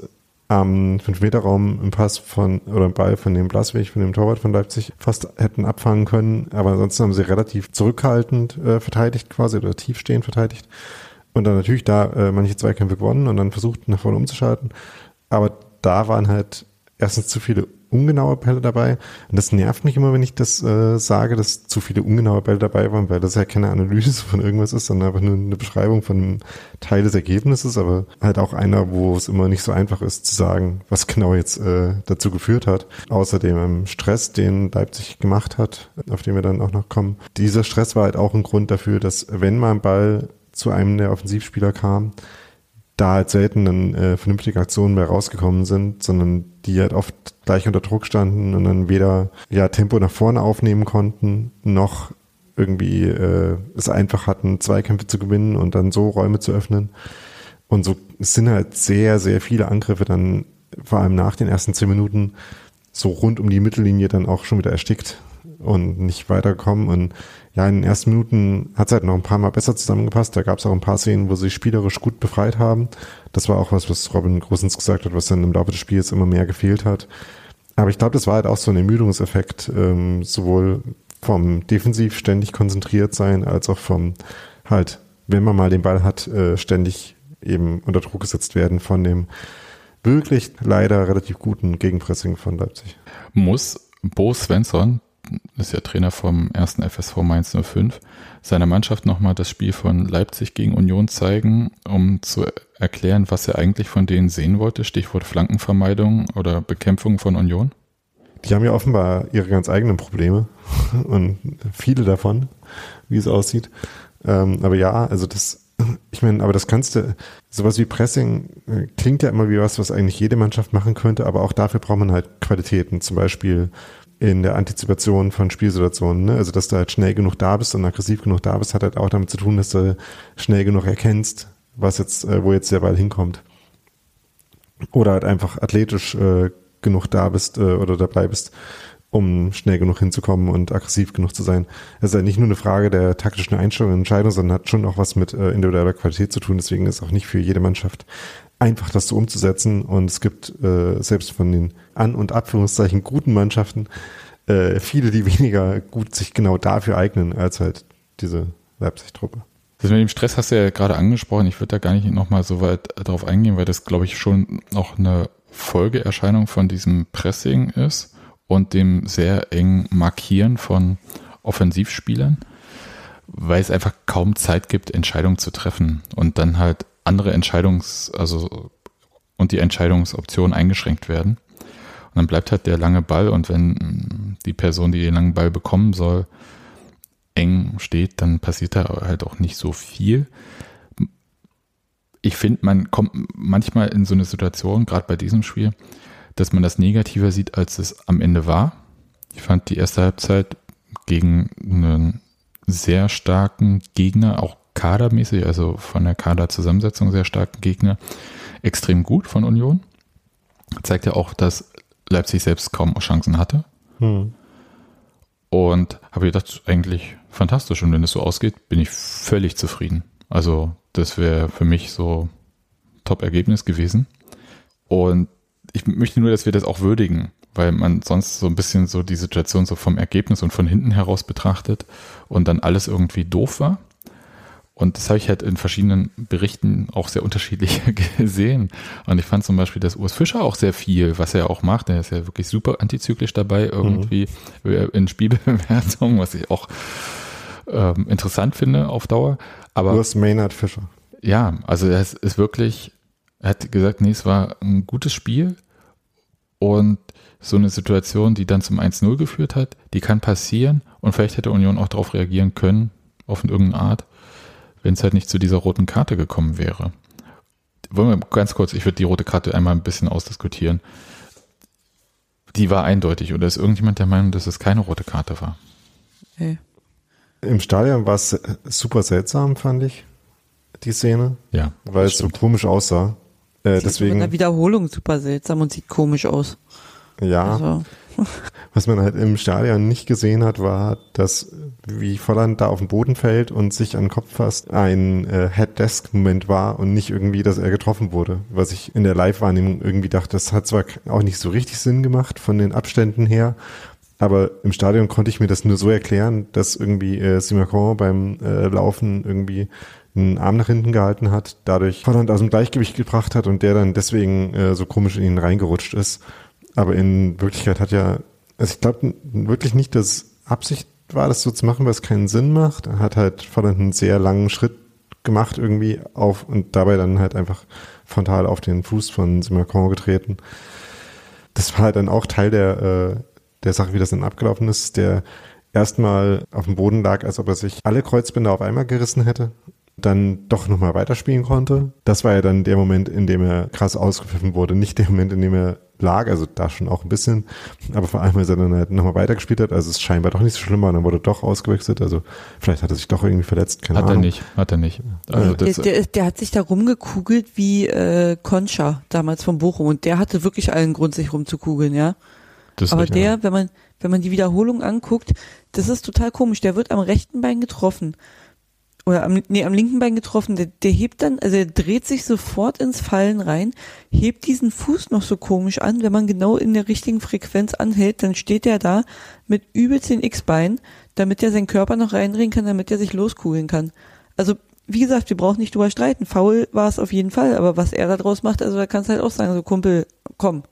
am fünf-Meter-Raum im Pass von, oder im Ball von dem Blaswig, von dem Torwart von Leipzig, fast hätten abfangen können, aber ansonsten haben sie relativ zurückhaltend äh, verteidigt quasi, oder tiefstehend verteidigt und dann natürlich da äh, manche Zweikämpfe gewonnen und dann versucht, nach vorne umzuschalten, aber da waren halt erstens zu viele ungenaue Bälle dabei und das nervt mich immer, wenn ich das äh, sage, dass zu viele ungenaue Bälle dabei waren, weil das ja keine Analyse von irgendwas ist, sondern einfach nur eine Beschreibung von einem Teil des Ergebnisses, aber halt auch einer, wo es immer nicht so einfach ist zu sagen, was genau jetzt äh, dazu geführt hat. Außerdem im Stress, den Leipzig gemacht hat, auf den wir dann auch noch kommen. Dieser Stress war halt auch ein Grund dafür, dass wenn mal ein Ball zu einem der Offensivspieler kam, da halt selten dann äh, vernünftige Aktionen mehr rausgekommen sind, sondern die halt oft gleich unter Druck standen und dann weder ja Tempo nach vorne aufnehmen konnten, noch irgendwie äh, es einfach hatten, Zweikämpfe zu gewinnen und dann so Räume zu öffnen. Und so es sind halt sehr, sehr viele Angriffe dann, vor allem nach den ersten zehn Minuten, so rund um die Mittellinie dann auch schon wieder erstickt und nicht weitergekommen. Und ja, in den ersten Minuten hat es halt noch ein paar Mal besser zusammengepasst. Da gab es auch ein paar Szenen, wo sie spielerisch gut befreit haben. Das war auch was, was Robin Gosens gesagt hat, was dann im Laufe des Spiels immer mehr gefehlt hat. Aber ich glaube, das war halt auch so ein Ermüdungseffekt, ähm, sowohl vom defensiv ständig konzentriert sein, als auch vom halt, wenn man mal den Ball hat, äh, ständig eben unter Druck gesetzt werden von dem wirklich leider relativ guten Gegenpressing von Leipzig. Muss Bo Svensson ist ja Trainer vom ersten F S V Mainz null fünf, seiner Mannschaft nochmal das Spiel von Leipzig gegen Union zeigen, um zu erklären, was er eigentlich von denen sehen wollte, Stichwort Flankenvermeidung oder Bekämpfung von Union? Die haben ja offenbar ihre ganz eigenen Probleme und viele davon, wie es aussieht. Ähm, aber ja, also das, ich meine, aber das kannst du, sowas wie Pressing äh, klingt ja immer wie was, was eigentlich jede Mannschaft machen könnte, aber auch dafür braucht man halt Qualitäten, zum Beispiel in der Antizipation von Spielsituationen, ne? Also dass du halt schnell genug da bist und aggressiv genug da bist, hat halt auch damit zu tun, dass du schnell genug erkennst, was jetzt, äh, wo jetzt der Ball hinkommt. Oder halt einfach athletisch äh, genug da bist äh, oder dabei bist, um schnell genug hinzukommen und aggressiv genug zu sein. Es ist halt nicht nur eine Frage der taktischen Einstellung und Entscheidung, sondern hat schon auch was mit äh, individueller Qualität zu tun. Deswegen ist auch nicht für jede Mannschaft einfach, das so umzusetzen. Und es gibt äh, selbst von den An- und Abführungszeichen guten Mannschaften äh, viele, die weniger gut sich genau dafür eignen, als halt diese Leipzig-Truppe. Das mit dem Stress hast du ja gerade angesprochen. Ich würde da gar nicht nochmal so weit darauf eingehen, weil das, glaube ich, schon auch eine Folgeerscheinung von diesem Pressing ist und dem sehr engen Markieren von Offensivspielern, weil es einfach kaum Zeit gibt, Entscheidungen zu treffen und dann halt andere Entscheidungs-, also und die Entscheidungsoptionen eingeschränkt werden. Und dann bleibt halt der lange Ball und wenn die Person, die den langen Ball bekommen soll, eng steht, dann passiert da halt auch nicht so viel. Ich finde, man kommt manchmal in so eine Situation, gerade bei diesem Spiel, dass man das negativer sieht, als es am Ende war. Ich fand die erste Halbzeit gegen einen sehr starken Gegner, auch kadermäßig, also von der Kaderzusammensetzung sehr starken Gegner, extrem gut von Union. Zeigt ja auch, dass Leipzig selbst kaum Chancen hatte. Hm. Und habe gedacht, eigentlich fantastisch. Und wenn es so ausgeht, bin ich völlig zufrieden. Also das wäre für mich so Top-Ergebnis gewesen. Und ich möchte nur, dass wir das auch würdigen, weil man sonst so ein bisschen so die Situation so vom Ergebnis und von hinten heraus betrachtet und dann alles irgendwie doof war. Und das habe ich halt in verschiedenen Berichten auch sehr unterschiedlich gesehen. Und ich fand zum Beispiel, dass Urs Fischer auch sehr viel, was er auch macht, der ist ja wirklich super antizyklisch dabei irgendwie mhm. in Spielbewertungen, was ich auch ähm, interessant finde auf Dauer. Aber Urs Maynard Fischer. Ja, also es ist wirklich, er hat gesagt, nee, es war ein gutes Spiel und so eine Situation, die dann zum eins null geführt hat, die kann passieren und vielleicht hätte Union auch darauf reagieren können, auf irgendeine Art, wenn es halt nicht zu dieser roten Karte gekommen wäre. Wollen wir ganz kurz, ich würde die rote Karte einmal ein bisschen ausdiskutieren. Die war eindeutig, oder ist irgendjemand der Meinung, dass es keine rote Karte war? Okay. Im Stadion war es super seltsam, fand ich, die Szene. Ja. Weil es so komisch aussah. Äh, deswegen in der Wiederholung super seltsam und sieht komisch aus. Ja. Also. Was man halt im Stadion nicht gesehen hat, war, dass wie Volland da auf den Boden fällt und sich an den Kopf fasst, ein äh, Head-Desk-Moment war und nicht irgendwie, dass er getroffen wurde. Was ich in der Live-Wahrnehmung irgendwie dachte, das hat zwar auch nicht so richtig Sinn gemacht von den Abständen her, aber im Stadion konnte ich mir das nur so erklären, dass irgendwie äh, Simakon beim äh, Laufen irgendwie einen Arm nach hinten gehalten hat, dadurch Volland aus dem Gleichgewicht gebracht hat und der dann deswegen äh, so komisch in ihn reingerutscht ist. Aber in Wirklichkeit hat ja, also ich glaube wirklich nicht, dass Absicht war, das so zu machen, weil es keinen Sinn macht. Er hat halt Volland einen sehr langen Schritt gemacht irgendwie auf und dabei dann halt einfach frontal auf den Fuß von Simakon getreten. Das war halt dann auch Teil der, äh, der Sache, wie das dann abgelaufen ist, der erstmal auf dem Boden lag, als ob er sich alle Kreuzbänder auf einmal gerissen hätte, dann doch nochmal weiterspielen konnte. Das war ja dann der Moment, in dem er krass ausgepfiffen wurde, nicht der Moment, in dem er lag, also da schon auch ein bisschen, aber vor allem, als er dann halt nochmal weitergespielt hat, also es scheinbar doch nicht so schlimm war, dann wurde doch ausgewechselt, also vielleicht hat er sich doch irgendwie verletzt, keine Ahnung. Hat er nicht, hat er nicht. Also der, der, der hat sich da rumgekugelt wie äh, Concha damals von Bochum und der hatte wirklich allen Grund, sich rumzukugeln, ja. Das aber der, ja. wenn man wenn man die Wiederholung anguckt, das ist total komisch, der wird am rechten Bein getroffen. Oder am, nee, am linken Bein getroffen, der, der hebt dann, also er dreht sich sofort ins Fallen rein, hebt diesen Fuß noch so komisch an, wenn man genau in der richtigen Frequenz anhält, dann steht er da mit übelst den X-Bein, damit er seinen Körper noch reindrehen kann, damit er sich loskugeln kann. Also, wie gesagt, wir brauchen nicht drüber streiten, faul war es auf jeden Fall, aber was er da draus macht, also da kannst du halt auch sagen, so Kumpel, komm,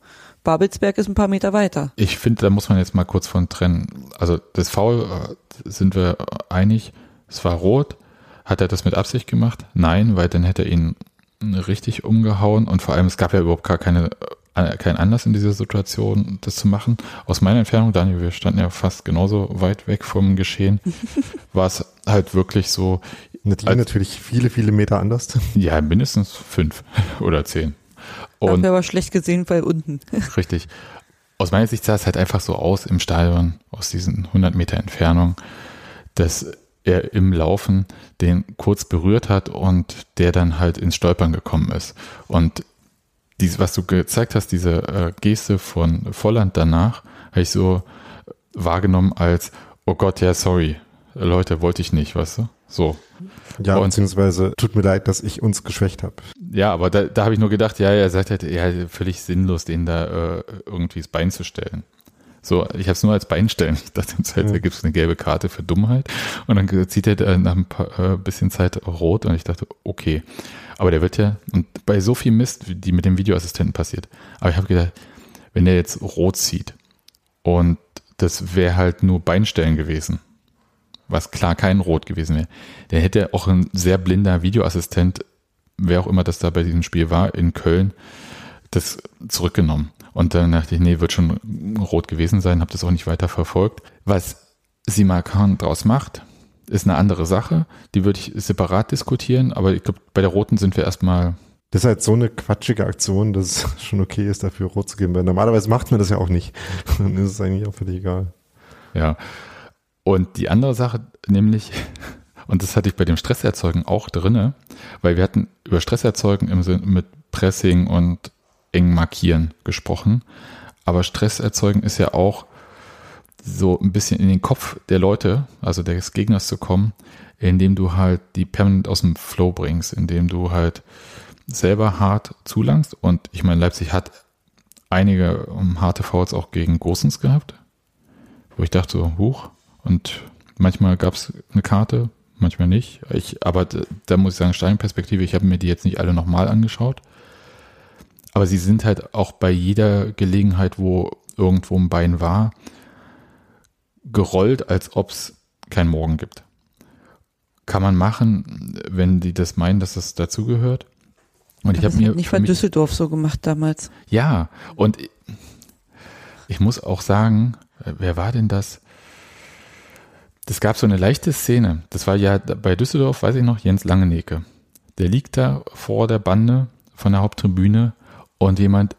Babelsberg ist ein paar Meter weiter. Ich finde, da muss man jetzt mal kurz von trennen. Also das Foul äh, sind wir einig, es war rot. Hat er das mit Absicht gemacht? Nein, weil dann hätte er ihn richtig umgehauen und vor allem, es gab ja überhaupt gar keine, äh, keinen Anlass in dieser Situation, das zu machen. Aus meiner Entfernung, Daniel, wir standen ja fast genauso weit weg vom Geschehen, war es halt wirklich so. Nadine natürlich viele, viele Meter anders. Ja, mindestens fünf oder zehn. Und aber schlecht gesehen, weil unten. Richtig. Aus meiner Sicht sah es halt einfach so aus im Stadion, aus diesen hundert Meter Entfernung, dass er im Laufen den kurz berührt hat und der dann halt ins Stolpern gekommen ist. Und dies, was du gezeigt hast, diese äh, Geste von Volland danach, habe ich so wahrgenommen als, oh Gott, ja, sorry, Leute, wollte ich nicht, weißt du? So. Ja, und, beziehungsweise tut mir leid, dass ich uns geschwächt habe. Ja, aber da, da habe ich nur gedacht, ja, er sagt halt, ja, völlig sinnlos, den da äh, irgendwie das Bein zu stellen. So, ich habe es nur als Beinstellen. Ich dachte, da ja. gibt es eine gelbe Karte für Dummheit. Und dann zieht er nach ein paar, äh, bisschen Zeit rot und ich dachte, okay. Aber der wird ja, und bei so viel Mist, die mit dem Videoassistenten passiert, aber ich habe gedacht, wenn der jetzt rot zieht und das wäre halt nur Beinstellen gewesen, was klar kein Rot gewesen wäre, der hätte auch ein sehr blinder Videoassistent, wer auch immer das da bei diesem Spiel war, in Köln, das zurückgenommen. Und dann dachte ich, nee, wird schon rot gewesen sein, habe das auch nicht weiter verfolgt. Was Simakan draus macht, ist eine andere Sache. Die würde ich separat diskutieren, aber ich glaube, bei der roten sind wir erstmal. Das ist halt so eine quatschige Aktion, dass es schon okay ist, dafür rot zu geben. Weil normalerweise macht man das ja auch nicht. Dann ist es eigentlich auch völlig egal. Ja. Und die andere Sache, nämlich, und das hatte ich bei dem Stresserzeugen auch drinne, weil wir hatten über Stresserzeugen im Sinne mit Pressing und eng markieren gesprochen, aber Stress erzeugen ist ja auch so ein bisschen in den Kopf der Leute, also des Gegners zu kommen, indem du halt die permanent aus dem Flow bringst, indem du halt selber hart zulangst und ich meine, Leipzig hat einige um, harte Fouls auch gegen Gosens gehabt, wo ich dachte so, huch, und manchmal gab es eine Karte, manchmal nicht, ich, aber da, da muss ich sagen, Stadionperspektive, ich habe mir die jetzt nicht alle nochmal angeschaut. Aber sie sind halt auch bei jeder Gelegenheit, wo irgendwo ein Bein war, gerollt, als ob es keinen Morgen gibt. Kann man machen, wenn die das meinen, dass das dazugehört. Und ich habe mir nicht von mich, Düsseldorf so gemacht damals. Ja, und ich, ich muss auch sagen, wer war denn das? Das gab so eine leichte Szene. Das war ja bei Düsseldorf, weiß ich noch, Jens Langenecke. Der liegt da vor der Bande von der Haupttribüne. Und jemand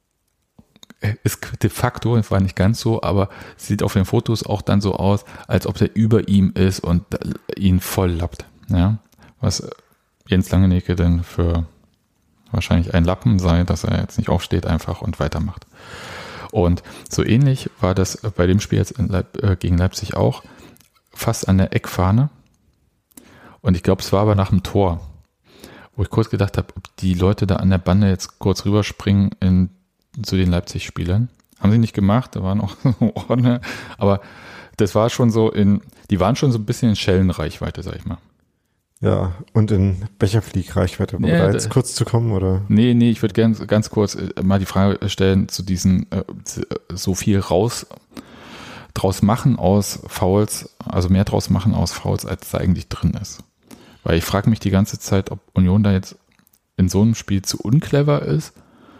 ist de facto, das war nicht ganz so, aber sieht auf den Fotos auch dann so aus, als ob der über ihm ist und ihn voll lappt. Ja? Was Jens Langenecke denn für wahrscheinlich ein Lappen sei, dass er jetzt nicht aufsteht einfach und weitermacht. Und so ähnlich war das bei dem Spiel jetzt in Leip- äh, gegen Leipzig auch, fast an der Eckfahne. Und ich glaube, es war aber nach dem Tor, wo ich kurz gedacht habe, ob die Leute da an der Bande jetzt kurz rüberspringen in, zu den Leipzig-Spielern. Haben sie nicht gemacht, da waren auch Ordner, aber das war schon so in, die waren schon so ein bisschen in Schellenreichweite, sag ich mal. Ja, und in Becherflieg-Reichweite, um ja, da jetzt da, kurz zu kommen, oder? Nee, nee, ich würde gerne ganz kurz mal die Frage stellen zu diesen, äh, so viel raus, draus machen aus Fouls, also mehr draus machen aus Fouls, als da eigentlich drin ist. Weil ich frage mich die ganze Zeit, ob Union da jetzt in so einem Spiel zu unclever ist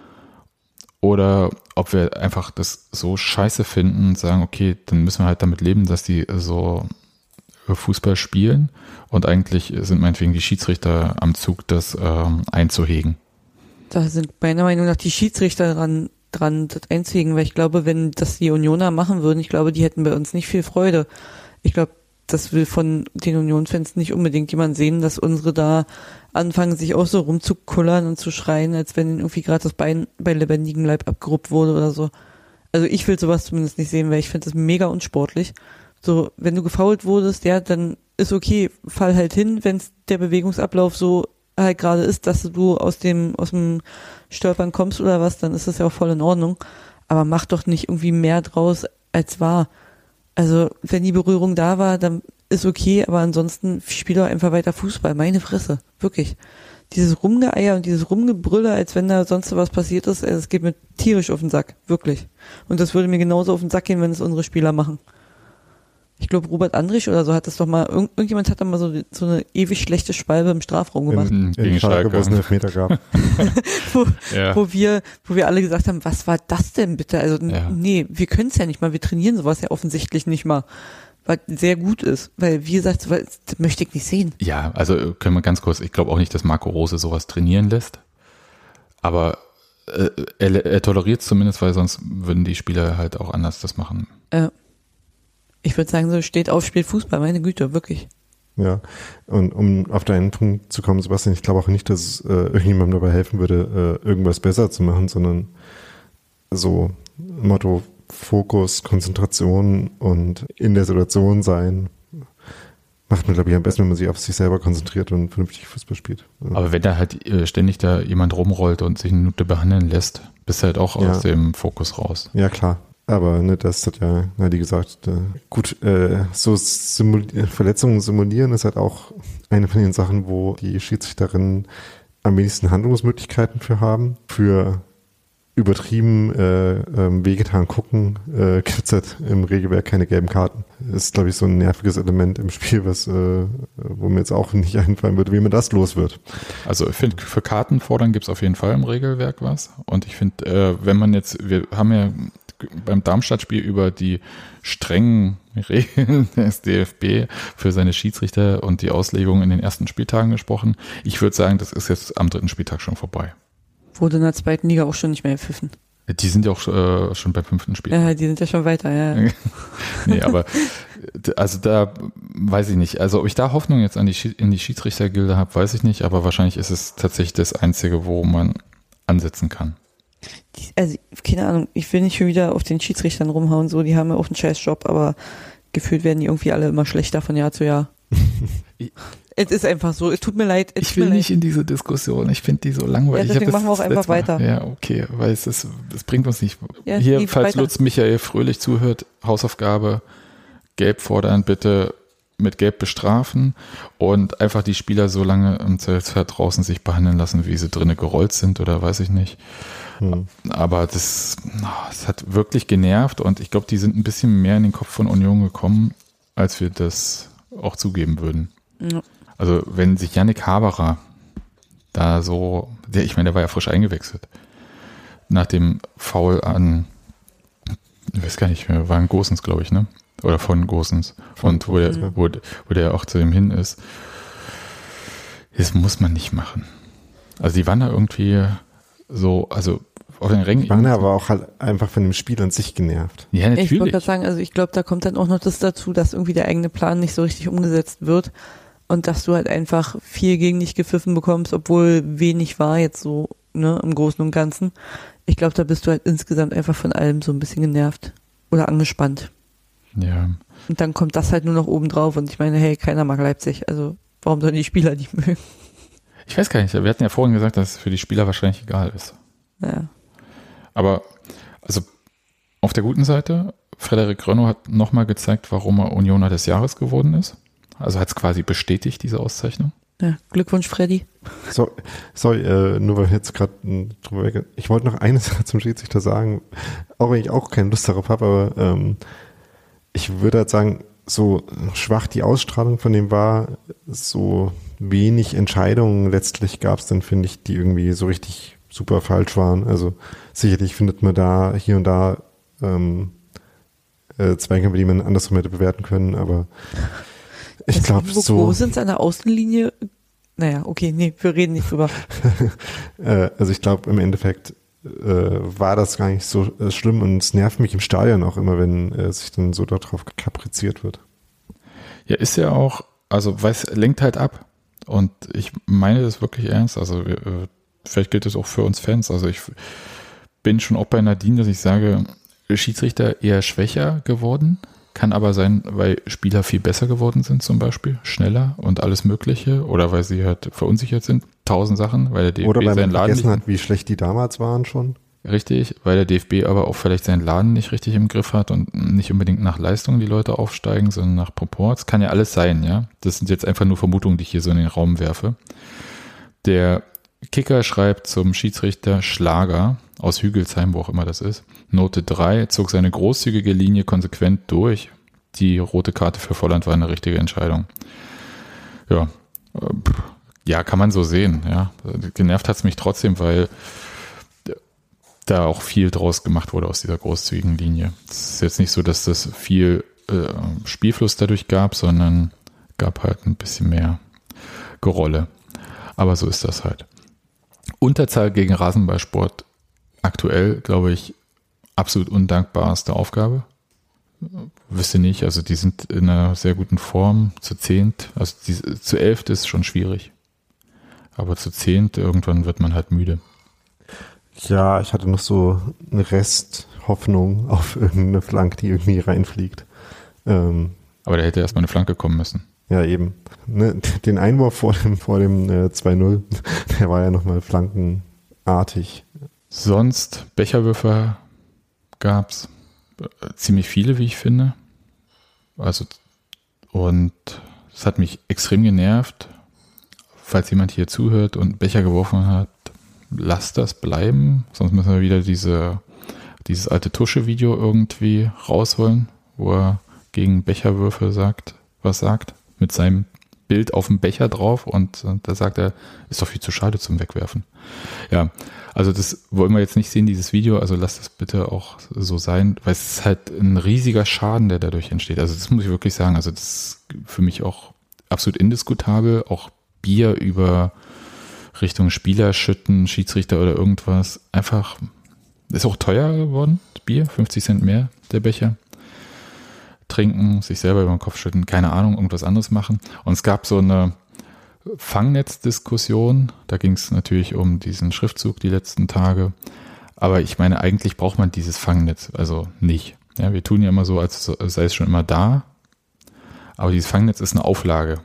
oder ob wir einfach das so scheiße finden und sagen, okay, dann müssen wir halt damit leben, dass die so Fußball spielen und eigentlich sind meinetwegen die Schiedsrichter am Zug, das ähm, einzuhegen. Da sind meiner Meinung nach die Schiedsrichter dran, dran, das einzuhegen, weil ich glaube, wenn das die Unioner machen würden, ich glaube, die hätten bei uns nicht viel Freude. Ich glaube, das will von den Union-Fans nicht unbedingt jemand sehen, dass unsere da anfangen, sich auch so rumzukullern und zu schreien, als wenn irgendwie gerade das Bein bei lebendigem Leib abgeruppt wurde oder so. Also ich will sowas zumindest nicht sehen, weil ich finde das mega unsportlich. So, wenn du gefoult wurdest, ja, dann ist okay, fall halt hin, wenn der Bewegungsablauf so halt gerade ist, dass du aus dem aus dem Stolpern kommst oder was, dann ist das ja auch voll in Ordnung. Aber mach doch nicht irgendwie mehr draus, als war. Also, wenn die Berührung da war, dann ist okay, aber ansonsten spiel doch einfach weiter Fußball. Meine Fresse. Wirklich. dieses Rumgeeier und dieses Rumgebrülle, als wenn da sonst was passiert ist, es geht mir tierisch auf den Sack, wirklich. Und das würde mir genauso auf den Sack gehen, wenn es unsere Spieler machen. Ich glaube, Robert Andrich oder so hat das doch mal, irgend, irgendjemand hat da mal so, so eine ewig schlechte Spalbe im Strafraum gemacht. In, in Gegen Schalke, Schalke. wo es einen Elfmeter gab. wo, Ja. wo wir, wo wir alle gesagt haben, was war das denn bitte? Also, Ja. nee, wir können es ja nicht mal, wir trainieren sowas ja offensichtlich nicht mal. Was sehr gut ist, weil, wie gesagt, so, das möchte ich nicht sehen. Ja, also können wir ganz kurz, ich glaube auch nicht, dass Marco Rose sowas trainieren lässt, aber äh, er, er toleriert es zumindest, weil sonst würden die Spieler halt auch anders das machen. Äh, ich würde sagen, so steht auf, spielt Fußball, meine Güte, wirklich. Ja, und um auf deinen Punkt zu kommen, Sebastian, ich glaube auch nicht, dass es äh, irgendjemandem dabei helfen würde, äh, irgendwas besser zu machen, sondern so Motto Fokus, Konzentration und in der Situation sein, macht man, glaube ich, am besten, wenn man sich auf sich selber konzentriert und vernünftig Fußball spielt. Ja. Aber wenn da halt äh, ständig da jemand rumrollt und sich eine Minute behandeln lässt, bist du halt auch Ja. aus dem Fokus raus. Ja, klar. Aber ne, das hat ja, na, wie gesagt, äh, gut, äh, so simul- Verletzungen simulieren ist halt auch eine von den Sachen, wo die Schiedsrichterinnen am wenigsten Handlungsmöglichkeiten für haben. Für übertrieben äh, ähm, wehgetan gucken, äh, gibt es halt im Regelwerk keine gelben Karten. Das ist, glaube ich, so ein nerviges Element im Spiel, was äh, wo mir jetzt auch nicht einfallen würde, wie man das los wird. Also ich finde, für Karten fordern gibt es auf jeden Fall im Regelwerk was. Und ich finde, äh, wenn man jetzt, wir haben ja beim Darmstadt-Spiel über die strengen Regeln des D F B für seine Schiedsrichter und die Auslegung in den ersten Spieltagen gesprochen. Ich würde sagen, das ist jetzt am dritten Spieltag schon vorbei. Wurde in der zweiten Liga auch schon nicht mehr gepfiffen. Die sind ja auch äh, schon beim fünften Spiel. Ja, die sind ja schon weiter, ja. Nee, aber also da weiß ich nicht. Also ob ich da Hoffnung jetzt an die Schi- in die Schiedsrichtergilde habe, weiß ich nicht, aber wahrscheinlich ist es tatsächlich das Einzige, wo man ansetzen kann. Die, also, keine Ahnung, ich will nicht schon wieder auf den Schiedsrichtern rumhauen, so, die haben ja auch einen scheiß Job, aber gefühlt werden die irgendwie alle immer schlechter von Jahr zu Jahr. Ich- Es ist einfach so, es tut mir leid. Es Ich tut mir will leid. nicht in diese Diskussion. Ich finde die so langweilig. Ja, Ich hab deswegen das machen wir auch das einfach letzte Mal- weiter. Ja, okay, weil es ist, es bringt uns nicht. Ja, Hier, nee, falls weiter. Lutz Michael Fröhlich zuhört, Hausaufgabe, gelb fordern, bitte mit gelb bestrafen und einfach die Spieler so lange im Zweifelsfall draußen sich behandeln lassen, wie sie drinnen gerollt sind oder weiß ich nicht. Hm. Aber das, das hat wirklich genervt und ich glaube, die sind ein bisschen mehr in den Kopf von Union gekommen, als wir das auch zugeben würden. Ja. Also wenn sich Yannick Haberer da so, der, ich meine, der war ja frisch eingewechselt, nach dem Foul an, ich weiß gar nicht mehr, war ein Gosens, glaube ich, ne? Oder von Gosens. Von Und wo der, Gosens, ja. wo, wo der auch zu ihm hin ist. Das muss man nicht machen. Also die waren da irgendwie so, also auf den Rängen. Ich war aber auch halt einfach von dem Spiel an sich genervt. Ja, Ich wollte natürlich. gerade sagen, also ich glaube, da kommt dann auch noch das dazu, dass irgendwie der eigene Plan nicht so richtig umgesetzt wird und dass du halt einfach viel gegen dich gepfiffen bekommst, obwohl wenig war jetzt so, ne, im Großen und Ganzen. Ich glaube, da bist du halt insgesamt einfach von allem so ein bisschen genervt oder angespannt. Ja. Und dann kommt das halt nur noch oben drauf und ich meine, hey, keiner mag Leipzig, also warum sollen die Spieler die mögen? Ich weiß gar nicht, wir hatten ja vorhin gesagt, dass es für die Spieler wahrscheinlich egal ist. Ja. Aber also auf der guten Seite, Frederik Rönno hat nochmal gezeigt, warum er Unioner des Jahres geworden ist. Also hat es quasi bestätigt, diese Auszeichnung. Ja, Glückwunsch, Freddy. So, sorry, äh, nur weil ich jetzt gerade drüber weg. Ich wollte noch eine Sache zum Schiedsrichter sagen, auch wenn ich auch keine Lust darauf habe, aber ähm, ich würde halt sagen, so schwach die Ausstrahlung von dem war, so wenig Entscheidungen letztlich gab es dann, finde ich, die irgendwie so richtig super falsch waren. Also sicherlich findet man da hier und da ähm, äh, Zweikämpfe, die man andersrum hätte bewerten können, aber ich glaube so. Wo sind es an der Außenlinie? Naja, okay, nee, wir reden nicht drüber. äh, also ich glaube im Endeffekt äh, war das gar nicht so äh, schlimm und es nervt mich im Stadion auch immer, wenn äh, sich dann so darauf kapriziert wird. Ja, ist ja auch, also weil es lenkt halt ab. Und ich meine das wirklich ernst. Also wir, äh, vielleicht gilt das auch für uns Fans. Also ich bin schon auch bei Nadine, dass ich sage, Schiedsrichter eher schwächer geworden. Kann aber sein, weil Spieler viel besser geworden sind zum Beispiel, schneller und alles Mögliche. Oder weil sie halt verunsichert sind. Tausend Sachen, weil der D F B Oder weil seinen man Laden vergessen nicht, hat, wie schlecht die damals waren schon. richtig, weil der D F B aber auch vielleicht seinen Laden nicht richtig im Griff hat und nicht unbedingt nach Leistung die Leute aufsteigen, sondern nach Proports. Kann ja alles sein, ja. Das sind jetzt einfach nur Vermutungen, die ich hier so in den Raum werfe. Der Kicker schreibt zum Schiedsrichter Schlager aus Hügelsheim, wo auch immer das ist. Note drei, zog seine großzügige Linie konsequent durch. Die rote Karte für Volland war eine richtige Entscheidung. Ja, ja, kann man so sehen. Ja. Genervt hat es mich trotzdem, weil da auch viel draus gemacht wurde aus dieser großzügigen Linie. Es ist jetzt nicht so, dass das viel äh, Spielfluss dadurch gab, sondern gab halt ein bisschen mehr Gerolle. Aber so ist das halt. Unterzahl gegen Rasenballsport aktuell, glaube ich, absolut undankbarste Aufgabe. Wüsste nicht, also die sind in einer sehr guten Form, zu zehnt, also die, zu elft ist schon schwierig. Aber zu zehnt, irgendwann wird man halt müde. Ja, ich hatte noch so eine Resthoffnung auf irgendeine Flanke, die irgendwie reinfliegt. Ähm, Aber da hätte erstmal eine Flanke kommen müssen. Ja, eben. Ne, den Einwurf vor dem, vor dem äh, zwei null, der war ja nochmal flankenartig. Sonst Becherwürfe gab's äh, ziemlich viele, wie ich finde. Also, und es hat mich extrem genervt. Falls jemand hier zuhört und Becher geworfen hat, lasst das bleiben. Sonst müssen wir wieder diese, dieses alte Tusche-Video irgendwie rausholen, wo er gegen Becherwürfe sagt, was sagt. Mit seinem Bild auf dem Becher drauf und, und da sagt er, ist doch viel zu schade zum Wegwerfen. Ja, also das wollen wir jetzt nicht sehen, dieses Video, also lasst das bitte auch so sein, weil es ist halt ein riesiger Schaden, der dadurch entsteht. Also das muss ich wirklich sagen, also das ist für mich auch absolut indiskutabel, auch Bier über Richtung Spieler schütten, Schiedsrichter oder irgendwas, einfach, ist auch teuer geworden, das Bier, fünfzig Cent mehr, der Becher. Trinken, sich selber über den Kopf schütten, keine Ahnung, irgendwas anderes machen. Und es gab so eine Fangnetz-Diskussion, da ging es natürlich um diesen Schriftzug die letzten Tage, aber ich meine, eigentlich braucht man dieses Fangnetz, also nicht. Ja, wir tun ja immer so, als sei es schon immer da, aber dieses Fangnetz ist eine Auflage.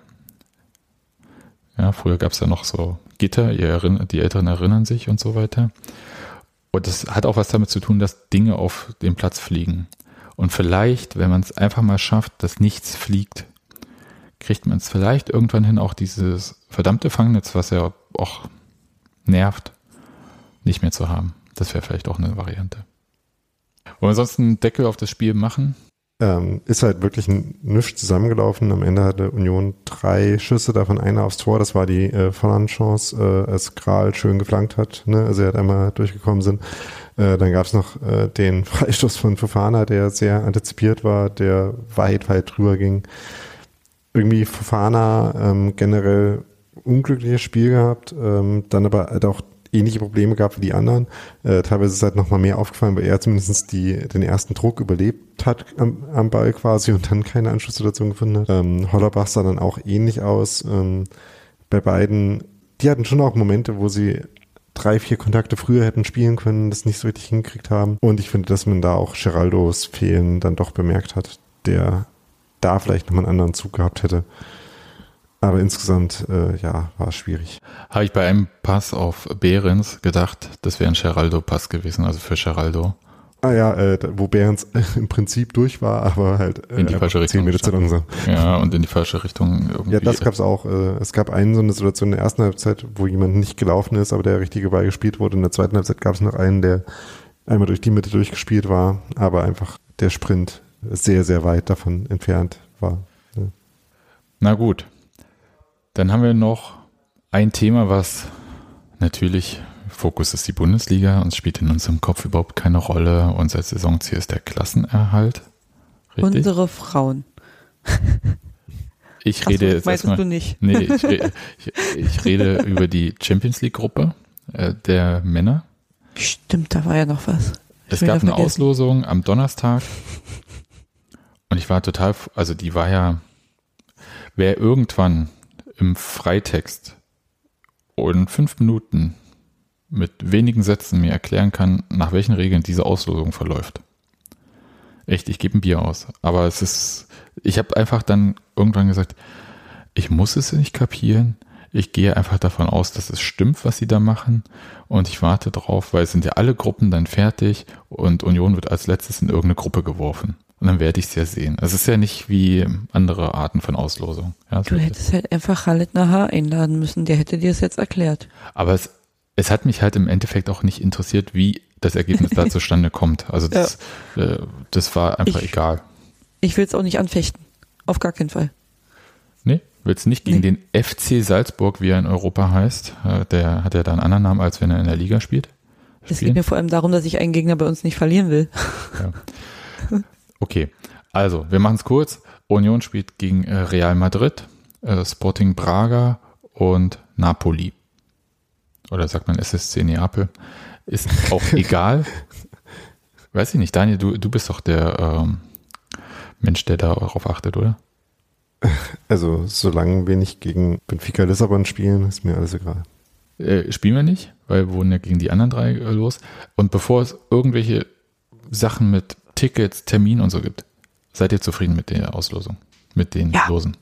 Ja, früher gab es ja noch so Gitter, ihr erinnert, die Älteren erinnern sich und so weiter. Und das hat auch was damit zu tun, dass Dinge auf den Platz fliegen. Und vielleicht, wenn man es einfach mal schafft, dass nichts fliegt, kriegt man es vielleicht irgendwann hin, auch dieses verdammte Fangnetz, was ja auch nervt, nicht mehr zu haben. Das wäre vielleicht auch eine Variante. Wollen wir sonst einen Deckel auf das Spiel machen? Ähm, ist halt wirklich nichts zusammengelaufen. Am Ende hatte Union drei Schüsse, davon einer aufs Tor. Das war die äh, Volland-Chance, äh, als Kral schön geflankt hat. Ne? Also er hat einmal durchgekommen sind. Äh, dann gab es noch äh, den Freistoß von Fofana, der sehr antizipiert war, der weit, weit drüber ging. Irgendwie Fofana ähm, generell unglückliches Spiel gehabt, ähm, dann aber halt auch ähnliche Probleme gab wie die anderen. Äh, teilweise ist es halt nochmal mehr aufgefallen, weil er zumindest die, den ersten Druck überlebt hat am, am Ball quasi und dann keine Anschlusssituation gefunden hat. Ähm, Hollerbach sah dann auch ähnlich aus. Ähm, bei beiden, die hatten schon auch Momente, wo sie drei, vier Kontakte früher hätten spielen können, das nicht so richtig hingekriegt haben. Und ich finde, dass man da auch Geraldos Fehlen dann doch bemerkt hat, der da vielleicht nochmal einen anderen Zug gehabt hätte. Aber insgesamt, äh, ja, war es schwierig. Habe ich bei einem Pass auf Behrens gedacht, das wäre ein Geraldo-Pass gewesen, also für Geraldo. Ah ja, äh, wo Behrens äh, im Prinzip durch war, aber halt äh, in die falsche Richtung. zehn Meter zu langsam. Ja, und in die falsche Richtung irgendwie. Ja, das gab es auch. Äh, es gab einen so eine Situation in der ersten Halbzeit, wo jemand nicht gelaufen ist, aber der richtige Ball gespielt wurde. In der zweiten Halbzeit gab es noch einen, der einmal durch die Mitte durchgespielt war, aber einfach der Sprint sehr, sehr weit davon entfernt war. Ja. Na gut. Dann haben wir noch ein Thema, was natürlich, Fokus ist die Bundesliga und spielt in unserem Kopf überhaupt keine Rolle. Unser Saisonziel ist der Klassenerhalt. Richtig? Unsere Frauen. Ich rede Achso, jetzt meintest erstmal, du nicht? Nee, ich, re, ich, ich rede über die Champions League Gruppe äh, der Männer. Stimmt, da war ja noch was. Es gab eine Auslosung am Donnerstag und ich war total, also die war ja, wer irgendwann im Freitext in fünf Minuten mit wenigen Sätzen mir erklären kann, nach welchen Regeln diese Auslosung verläuft. Echt, ich gebe ein Bier aus. Aber es ist, ich habe einfach dann irgendwann gesagt, ich muss es nicht kapieren. Ich gehe einfach davon aus, dass es stimmt, was sie da machen. Und ich warte drauf, weil es sind ja alle Gruppen dann fertig und Union wird als letztes in irgendeine Gruppe geworfen. Und dann werde ich es ja sehen. Es ist ja nicht wie andere Arten von Auslosung. Ja, du hättest halt einfach Khaled Nahar einladen müssen, der hätte dir das jetzt erklärt. Aber es, es hat mich halt im Endeffekt auch nicht interessiert, wie das Ergebnis da zustande kommt. Also das, ja. äh, das war einfach ich, egal. Ich will es auch nicht anfechten. Auf gar keinen Fall. Nee, willst nicht gegen nee. den F C Salzburg, wie er in Europa heißt. Der hat ja da einen anderen Namen, als wenn er in der Liga spielt. Es geht mir vor allem darum, dass ich einen Gegner bei uns nicht verlieren will. Ja. Okay, also wir machen es kurz. Union spielt gegen äh, Real Madrid, äh, Sporting Braga und Napoli. Oder sagt man S S C Neapel. Ist auch egal. Weiß ich nicht, Daniel, du, du bist doch der ähm, Mensch, der darauf achtet, oder? Also solange wir nicht gegen Benfica Lissabon spielen, ist mir alles egal. Äh, spielen wir nicht, weil wir wurden ja gegen die anderen drei äh, los. Und bevor es irgendwelche Sachen mit Tickets, Termin und so gibt, seid ihr zufrieden mit der Auslosung? Mit den ja. Losen?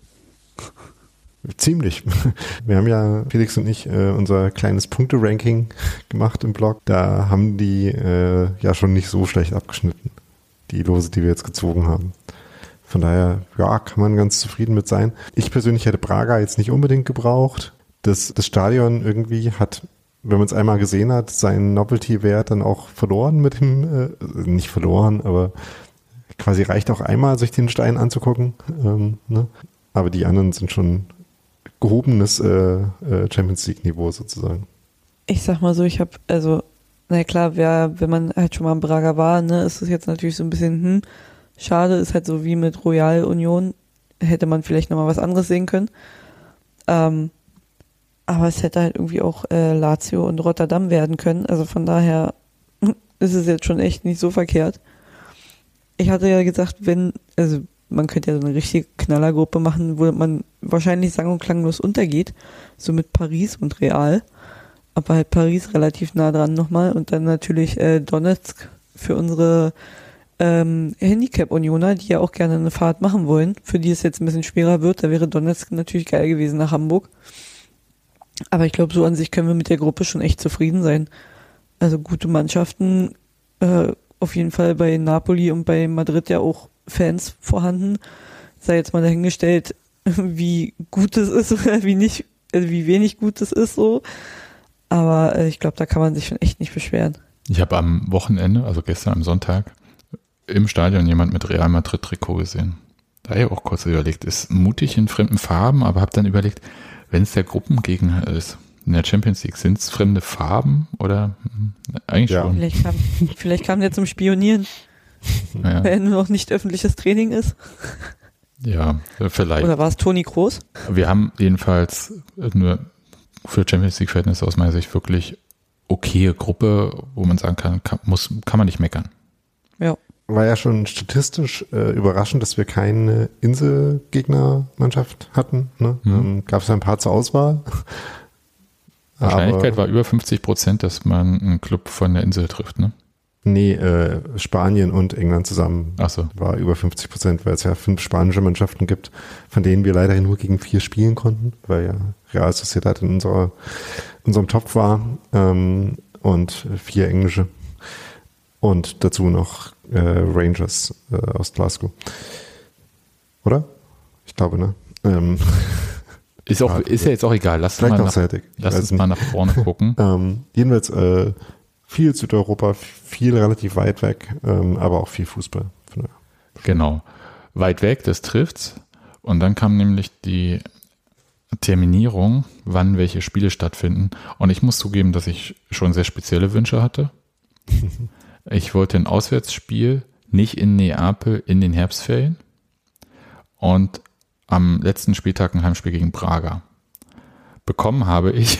Ziemlich. Wir haben ja, Felix und ich, äh, unser kleines Punkte-Ranking gemacht im Blog. Da haben die äh, ja schon nicht so schlecht abgeschnitten, die Lose, die wir jetzt gezogen haben. Von daher, ja, kann man ganz zufrieden mit sein. Ich persönlich hätte Braga jetzt nicht unbedingt gebraucht. Das, das Stadion irgendwie hat, wenn man es einmal gesehen hat, seinen Novelty-Wert dann auch verloren mit dem, äh, nicht verloren, aber quasi reicht auch einmal, sich den Stein anzugucken. Ähm, ne? Aber die anderen sind schon gehobenes äh, Champions League-Niveau sozusagen. Ich sag mal so, ich habe, also, na klar, wer, wenn man halt schon mal in Braga war, ne, ist es jetzt natürlich so ein bisschen, hm, schade, ist halt so wie mit Royal Union, hätte man vielleicht nochmal was anderes sehen können. Ähm, aber es hätte halt irgendwie auch äh, Lazio und Rotterdam werden können, also von daher ist es jetzt schon echt nicht so verkehrt. Ich hatte ja gesagt, wenn, also man könnte ja so eine richtige Knallergruppe machen, wo man wahrscheinlich sang- und klanglos untergeht, so mit Paris und Real, aber halt Paris relativ nah dran nochmal und dann natürlich äh, Donetsk für unsere ähm, Handicap-Unioner, die ja auch gerne eine Fahrt machen wollen, für die es jetzt ein bisschen schwerer wird, da wäre Donetsk natürlich geil gewesen nach Hamburg. Aber ich glaube, so an sich können wir mit der Gruppe schon echt zufrieden sein. Also gute Mannschaften, äh, auf jeden Fall bei Napoli und bei Madrid ja auch Fans vorhanden. Sei jetzt mal dahingestellt, wie gut es ist oder wie nicht, also wie wenig gut es ist so. Aber äh, ich glaube, da kann man sich schon echt nicht beschweren. Ich habe am Wochenende, also gestern am Sonntag, im Stadion jemand mit Real Madrid Trikot gesehen. Da habe ich auch kurz überlegt, ist mutig in fremden Farben, aber habe dann überlegt, wenn es der Gruppengegner ist, in der Champions League, sind es fremde Farben oder eigentlich ja. schon? Vielleicht kam, vielleicht kam der zum Spionieren. Ja. Wenn nur noch nicht öffentliches Training ist. Ja, vielleicht. Oder war es Toni Kroos? Wir haben jedenfalls nur für Champions League-Verhältnisse aus meiner Sicht wirklich okaye Gruppe, wo man sagen kann, kann, muss, kann man nicht meckern. Ja. War ja schon statistisch äh, überraschend, dass wir keine Inselgegnermannschaft hatten. Ne? Mhm. Ähm, gab es ein paar zur Auswahl. Wahrscheinlichkeit Aber, war über fünfzig Prozent, dass man einen Club von der Insel trifft, ne? Nee, äh, Spanien und England zusammen. Ach so. War über fünfzig Prozent, weil es ja fünf spanische Mannschaften gibt, von denen wir leider nur gegen vier spielen konnten, weil ja Real Sociedad in unserer, unserem Topf war ähm, und vier englische. Und dazu noch äh, Rangers äh, aus Glasgow. Oder? Ich glaube, ne? Ähm, ist, auch, ist ja jetzt auch egal. Lass uns mal, nach, lass uns mal nach vorne gucken. ähm, jedenfalls äh, viel Südeuropa, viel relativ weit weg, ähm, aber auch viel Fußball. Genau. Weit weg, das trifft's. Und dann kam nämlich die Terminierung, wann welche Spiele stattfinden. Und ich muss zugeben, dass ich schon sehr spezielle Wünsche hatte. Ich wollte ein Auswärtsspiel, nicht in Neapel, in den Herbstferien. Und am letzten Spieltag ein Heimspiel gegen Braga. Bekommen habe ich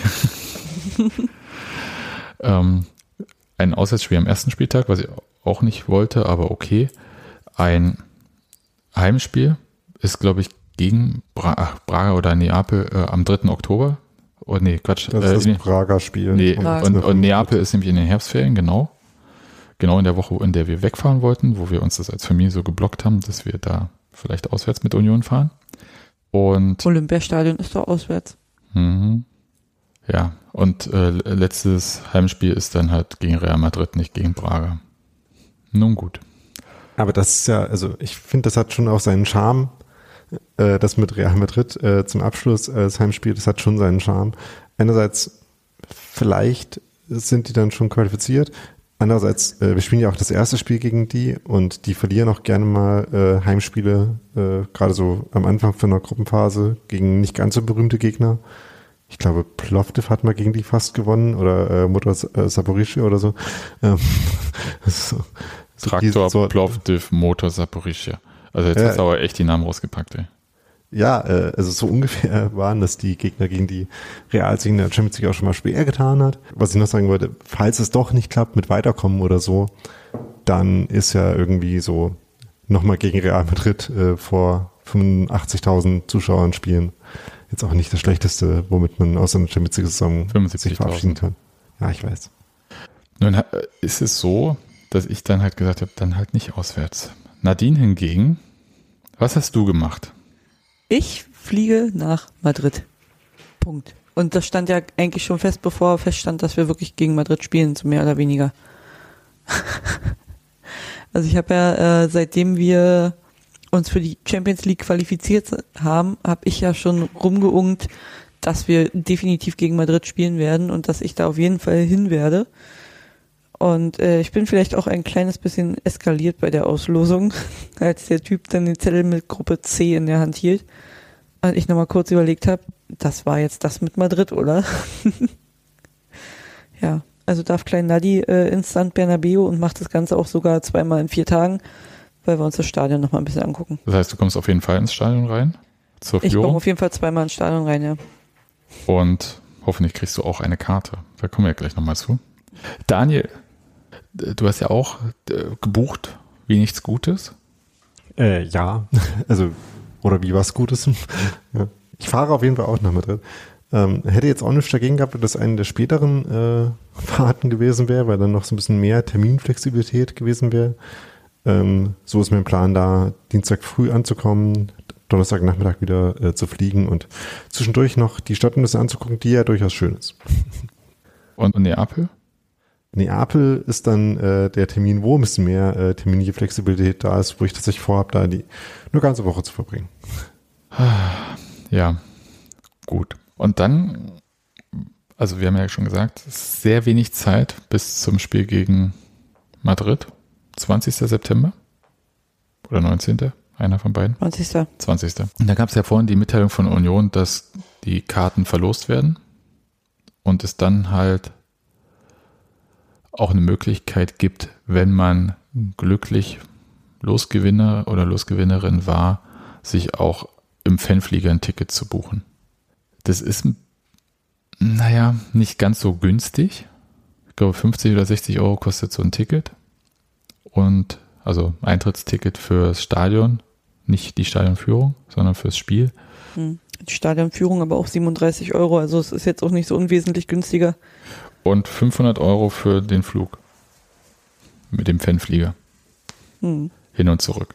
ähm, ein Auswärtsspiel am ersten Spieltag, was ich auch nicht wollte, aber okay. Ein Heimspiel ist, glaube ich, gegen Bra- ach, Braga oder Neapel äh, am dritten Oktober. Oh, nee, Quatsch. Das äh, ist das Prager-Spiel. Nee, und, und, und Neapel ist nämlich in den Herbstferien, genau. Genau in der Woche, in der wir wegfahren wollten, wo wir uns das als Familie so geblockt haben, dass wir da vielleicht auswärts mit Union fahren. Und Olympiastadion ist doch auswärts. Mhm. Ja, und äh, letztes Heimspiel ist dann halt gegen Real Madrid, nicht gegen Braga. Nun gut. Aber das ist ja, also ich finde, das hat schon auch seinen Charme, äh, das mit Real Madrid äh, zum Abschluss äh, das Heimspiel, das hat schon seinen Charme. Einerseits, vielleicht sind die dann schon qualifiziert. Andererseits, äh, wir spielen ja auch das erste Spiel gegen die und die verlieren auch gerne mal äh, Heimspiele, äh, gerade so am Anfang von der Gruppenphase gegen nicht ganz so berühmte Gegner. Ich glaube, Plovdiv hat mal gegen die fast gewonnen oder äh, Motor äh, Saporischschja oder so. Ähm, so, so Traktor, so, Plovdiv, Motor Saporischschja. Also jetzt äh, hast du aber echt die Namen rausgepackt, ey. Ja, äh, also so ungefähr waren das die Gegner, gegen die Real sich in der Champions League auch schon mal schwer getan hat. Was ich noch sagen wollte, falls es doch nicht klappt mit Weiterkommen oder so, dann ist ja irgendwie so nochmal gegen Real Madrid äh, vor fünfundachtzigtausend Zuschauern spielen. Jetzt auch nicht das Schlechteste, womit man aus einer Champions League-Saison sich verabschieden kann. Ja, ich weiß. Nun ist es so, dass ich dann halt gesagt habe, dann halt nicht auswärts. Nadine hingegen, was hast du gemacht? Ich fliege nach Madrid. Punkt. Und das stand ja eigentlich schon fest, bevor feststand, dass wir wirklich gegen Madrid spielen, so mehr oder weniger. Also ich habe ja, äh, seitdem wir uns für die Champions League qualifiziert haben, habe ich ja schon rumgeungt, dass wir definitiv gegen Madrid spielen werden und dass ich da auf jeden Fall hin werde. Und äh, ich bin vielleicht auch ein kleines bisschen eskaliert bei der Auslosung, als der Typ dann den Zettel mit Gruppe C in der Hand hielt. Und ich nochmal kurz überlegt habe, das war jetzt das mit Madrid, oder? Ja, also darf Klein Nadi äh, ins San Bernabeu und macht das Ganze auch sogar zweimal in vier Tagen, weil wir uns das Stadion nochmal ein bisschen angucken. Das heißt, du kommst auf jeden Fall ins Stadion rein? Zur ich komme auf jeden Fall zweimal ins Stadion rein, ja. Und hoffentlich kriegst du auch eine Karte. Da kommen wir ja gleich nochmal zu. Daniel, du hast ja auch äh, gebucht wie nichts Gutes. Äh, ja, also oder wie was Gutes. Ja. Ich fahre auf jeden Fall auch nach Madrid. Ähm, hätte jetzt auch nichts dagegen gehabt, wenn das eine der späteren äh, Fahrten gewesen wäre, weil dann noch so ein bisschen mehr Terminflexibilität gewesen wäre. Ähm, so ist mein Plan, da Dienstag früh anzukommen, Donnerstagnachmittag wieder äh, zu fliegen und zwischendurch noch die Stadt ein bisschen anzugucken, die ja durchaus schön ist. Und Neapel? Neapel ist dann äh, der Termin, wo ein bisschen mehr äh, terminliche Flexibilität da ist, wo ich tatsächlich vorhabe, da die eine ganze Woche zu verbringen. Ja, gut. Und dann, also wir haben ja schon gesagt, sehr wenig Zeit bis zum Spiel gegen Madrid. zwanzigster September oder neunzehnter Einer von beiden? zwanzigster zwanzigster Und da gab es ja vorhin die Mitteilung von Union, dass die Karten verlost werden und es dann halt auch eine Möglichkeit gibt, wenn man glücklich Losgewinner oder Losgewinnerin war, sich auch im Fanflieger ein Ticket zu buchen. Das ist, naja, nicht ganz so günstig. Ich glaube, fünfzig oder sechzig Euro kostet so ein Ticket. Und also Eintrittsticket fürs Stadion, nicht die Stadionführung, sondern fürs Spiel. Die Stadionführung aber auch siebenunddreißig Euro, also es ist jetzt auch nicht so unwesentlich günstiger. Und fünfhundert Euro für den Flug mit dem Fanflieger. Hm. Hin und zurück.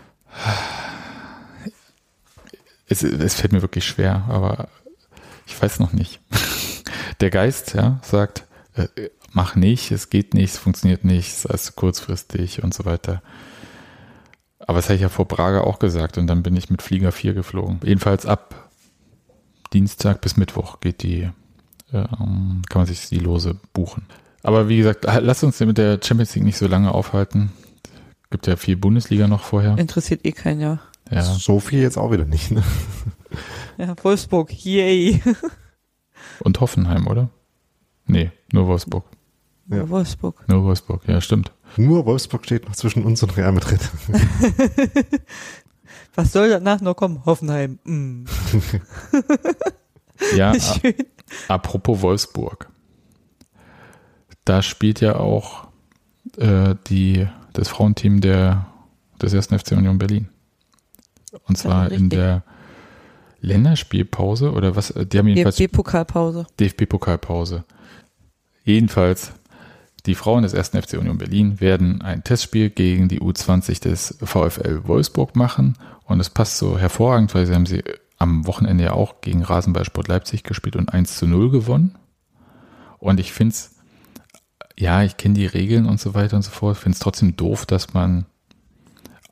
Es, es fällt mir wirklich schwer, aber ich weiß noch nicht. Der Geist, ja, sagt, äh, mach nicht, es geht nicht, es funktioniert nicht, es ist alles zu kurzfristig und so weiter. Aber das habe ich ja vor Braga auch gesagt und dann bin ich mit Flieger vier geflogen. Jedenfalls ab Dienstag bis Mittwoch geht die, äh, kann man sich die Lose buchen. Aber wie gesagt, lass uns mit der Champions League nicht so lange aufhalten. Gibt ja viel Bundesliga noch vorher. Interessiert eh keinen, ja. Ja. So viel jetzt auch wieder nicht, ne? Ja, Wolfsburg, yay. Und Hoffenheim, oder? Nee, nur Wolfsburg. Nur ja. Wolfsburg. Nur Wolfsburg, ja, stimmt. Nur Wolfsburg steht noch zwischen uns und Real Madrid. Was soll danach noch kommen? Hoffenheim. Mm. Ja, schön. Apropos Wolfsburg. Da spielt ja auch äh, die, das Frauenteam der, des ersten F C Union Berlin. Und zwar in der Länderspielpause oder was? Die haben jedenfalls D F B-Pokalpause. D F B-Pokalpause. Jedenfalls, die Frauen des ersten F C Union Berlin werden ein Testspiel gegen die U zwanzig des VfL Wolfsburg machen. Und es passt so hervorragend, weil sie haben sie am Wochenende ja auch gegen Rasenballsport Leipzig gespielt und eins zu null gewonnen. Und ich finde es, ja, ich kenne die Regeln und so weiter und so fort, finde es trotzdem doof, dass man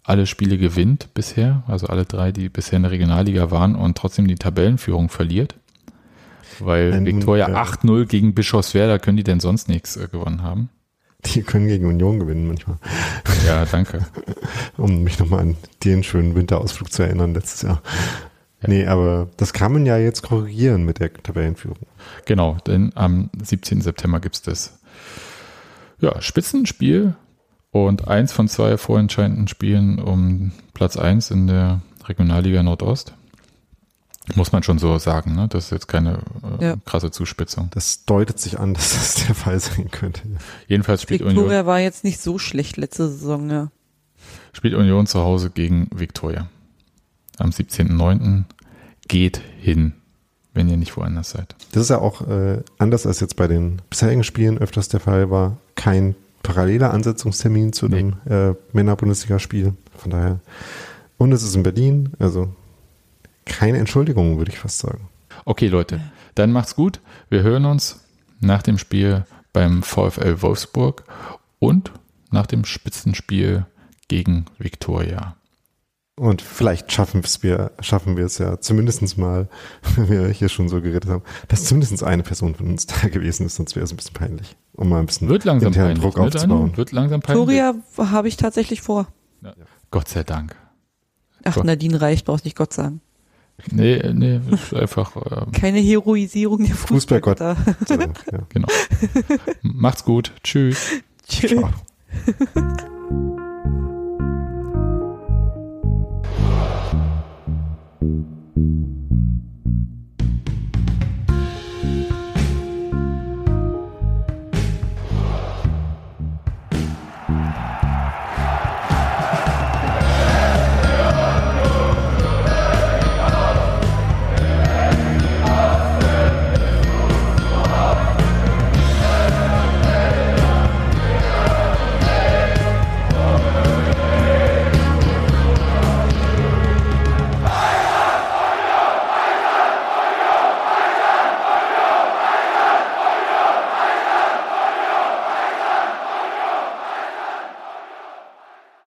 alle Spiele gewinnt bisher, also alle drei, die bisher in der Regionalliga waren und trotzdem die Tabellenführung verliert. Weil Ein, Viktoria äh, acht null gegen Bischofswerda, können die denn sonst nichts äh, gewonnen haben? Die können gegen Union gewinnen manchmal. Ja, danke. Um mich nochmal an den schönen Winterausflug zu erinnern letztes Jahr. Ja. Nee, aber das kann man ja jetzt korrigieren mit der Tabellenführung. Genau, denn am siebzehnten September gibt es das ja, Spitzenspiel und eins von zwei vorentscheidenden Spielen um Platz eins in der Regionalliga Nordost. Muss man schon so sagen, ne? Das ist jetzt keine äh, Ja. krasse Zuspitzung. Das deutet sich an, dass das der Fall sein könnte. Jedenfalls spielt Viktoria Union, war jetzt nicht so schlecht letzte Saison, ja. spielt Union zu Hause gegen Viktoria. Am siebzehnten neunten Geht hin, wenn ihr nicht woanders seid. Das ist ja auch äh, anders als jetzt bei den bisherigen Spielen öfters der Fall war. Kein paralleler Ansetzungstermin zu Nee. dem äh, Männer-Bundesliga-Spiel. Von daher. Und es ist in Berlin, also keine Entschuldigung, würde ich fast sagen. Okay, Leute, dann macht's gut. Wir hören uns nach dem Spiel beim VfL Wolfsburg und nach dem Spitzenspiel gegen Viktoria. Und vielleicht schaffen wir, schaffen wir es ja zumindest mal, wenn wir hier schon so geredet haben, dass zumindest eine Person von uns da gewesen ist, sonst wäre es ein bisschen peinlich. Um mal ein bisschen Wird langsam internen peinlich, Druck ne, aufzubauen. Daniel? Wird langsam peinlich. Viktoria habe ich tatsächlich vor. Gott sei Dank. Ach, Gott. Nadine reicht, brauchst nicht Gott sagen. Nee, nee, ist einfach, ähm, Keine Heroisierung der Fußballgott. Fußballgötter. So, ja. genau. Macht's gut. Tschüss. Tschüss. Ciao.